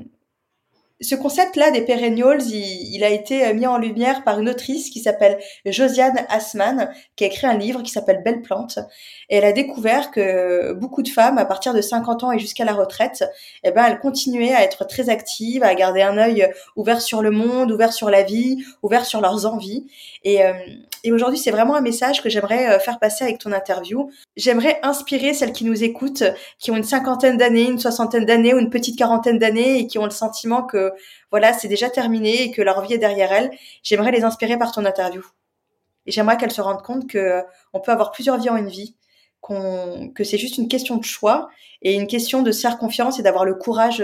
Ce concept-là des perennials, il, il a été mis en lumière par une autrice qui s'appelle Josiane Assman, qui a écrit un livre qui s'appelle Belle plante. Et elle a découvert que beaucoup de femmes, à partir de cinquante ans et jusqu'à la retraite, eh ben, elles continuaient à être très actives, à garder un œil ouvert sur le monde, ouvert sur la vie, ouvert sur leurs envies. Et, euh, et aujourd'hui, c'est vraiment un message que j'aimerais faire passer avec ton interview. J'aimerais inspirer celles qui nous écoutent, qui ont une cinquantaine d'années, une soixantaine d'années ou une petite quarantaine d'années et qui ont le sentiment que voilà, c'est déjà terminé et que leur vie est derrière elles. J'aimerais les inspirer par ton interview. Et j'aimerais qu'elles se rendent compte que on peut avoir plusieurs vies en une vie, qu'on, que c'est juste une question de choix et une question de se faire confiance et d'avoir le courage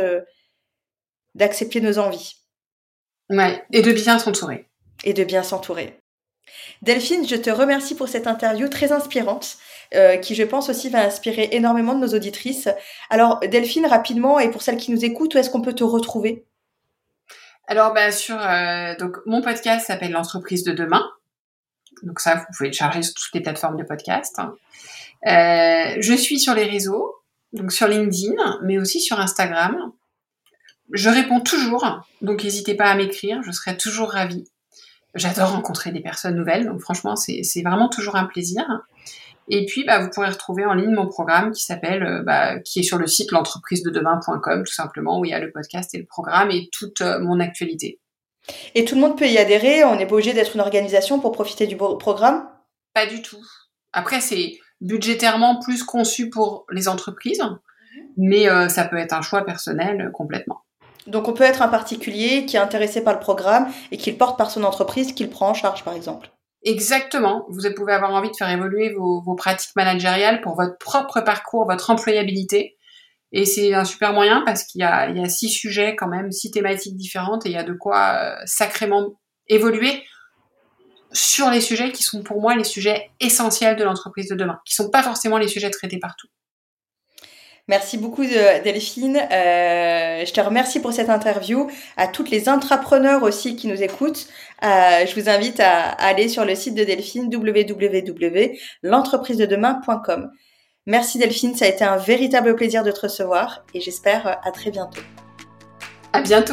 d'accepter nos envies. Ouais, et de bien s'entourer. Et de bien s'entourer. Delphine, je te remercie pour cette interview très inspirante, euh, qui je pense aussi va inspirer énormément de nos auditrices. Alors Delphine, rapidement, et pour celles qui nous écoutent, où est-ce qu'on peut te retrouver ? Alors bah, sur euh, donc mon podcast s'appelle L'entreprise de demain. Donc ça, vous pouvez le charger sur toutes les plateformes de podcast. Euh, je suis sur les réseaux, donc sur LinkedIn, mais aussi sur Instagram. Je réponds toujours, donc n'hésitez pas à m'écrire, je serai toujours ravie. J'adore rencontrer des personnes nouvelles, donc franchement, c'est, c'est vraiment toujours un plaisir. Et puis, bah, vous pourrez retrouver en ligne mon programme qui s'appelle, bah, qui est sur le site l'entreprise de demain point com, tout simplement, où il y a le podcast et le programme et toute euh, mon actualité. Et tout le monde peut y adhérer, on n'est pas obligé d'être une organisation pour profiter du programme ? Pas du tout. Après, c'est budgétairement plus conçu pour les entreprises, mais euh, ça peut être un choix personnel euh, complètement. Donc on peut être un particulier qui est intéressé par le programme et qui le porte par son entreprise, qui le prend en charge par exemple. Exactement. Vous pouvez avoir envie de faire évoluer vos, vos pratiques managériales pour votre propre parcours, votre employabilité. Et c'est un super moyen parce qu'il y a, il y a six sujets quand même, six thématiques différentes et il y a de quoi euh, sacrément évoluer sur les sujets qui sont pour moi les sujets essentiels de l'entreprise de demain, qui sont pas forcément les sujets traités partout. Merci beaucoup Delphine. Euh, je te remercie pour cette interview. À toutes les intrapreneurs aussi qui nous écoutent, euh, je vous invite à, à aller sur le site de Delphine, w w w point l'entreprise de demain point com. Merci Delphine, ça a été un véritable plaisir de te recevoir et j'espère à très bientôt. À bientôt.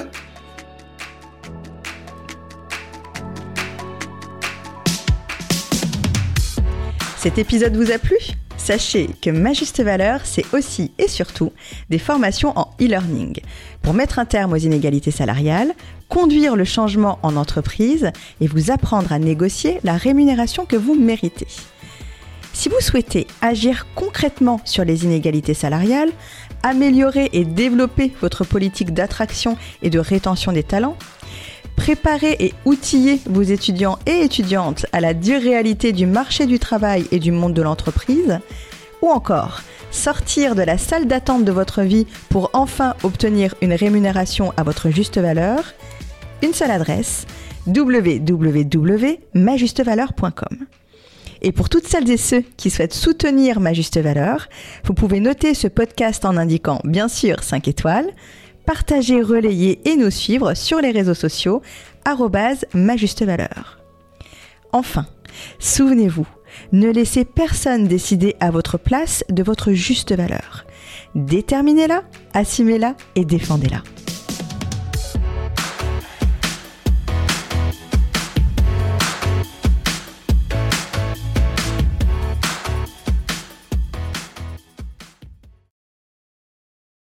Cet épisode vous a plu ? Sachez que Ma Juste Valeur, c'est aussi et surtout des formations en e-learning pour mettre un terme aux inégalités salariales, conduire le changement en entreprise et vous apprendre à négocier la rémunération que vous méritez. Si vous souhaitez agir concrètement sur les inégalités salariales, améliorer et développer votre politique d'attraction et de rétention des talents, préparer et outiller vos étudiants et étudiantes à la dure réalité du marché du travail et du monde de l'entreprise, ou encore sortir de la salle d'attente de votre vie pour enfin obtenir une rémunération à votre juste valeur, une seule adresse, w w w point ma juste valeur point com. Et pour toutes celles et ceux qui souhaitent soutenir Ma Juste Valeur, vous pouvez noter ce podcast en indiquant bien sûr cinq étoiles, partager, relayer et nous suivre sur les réseaux sociaux arobase ma juste valeur. Enfin, souvenez-vous, ne laissez personne décider à votre place de votre juste valeur. Déterminez-la, assumez-la et défendez-la.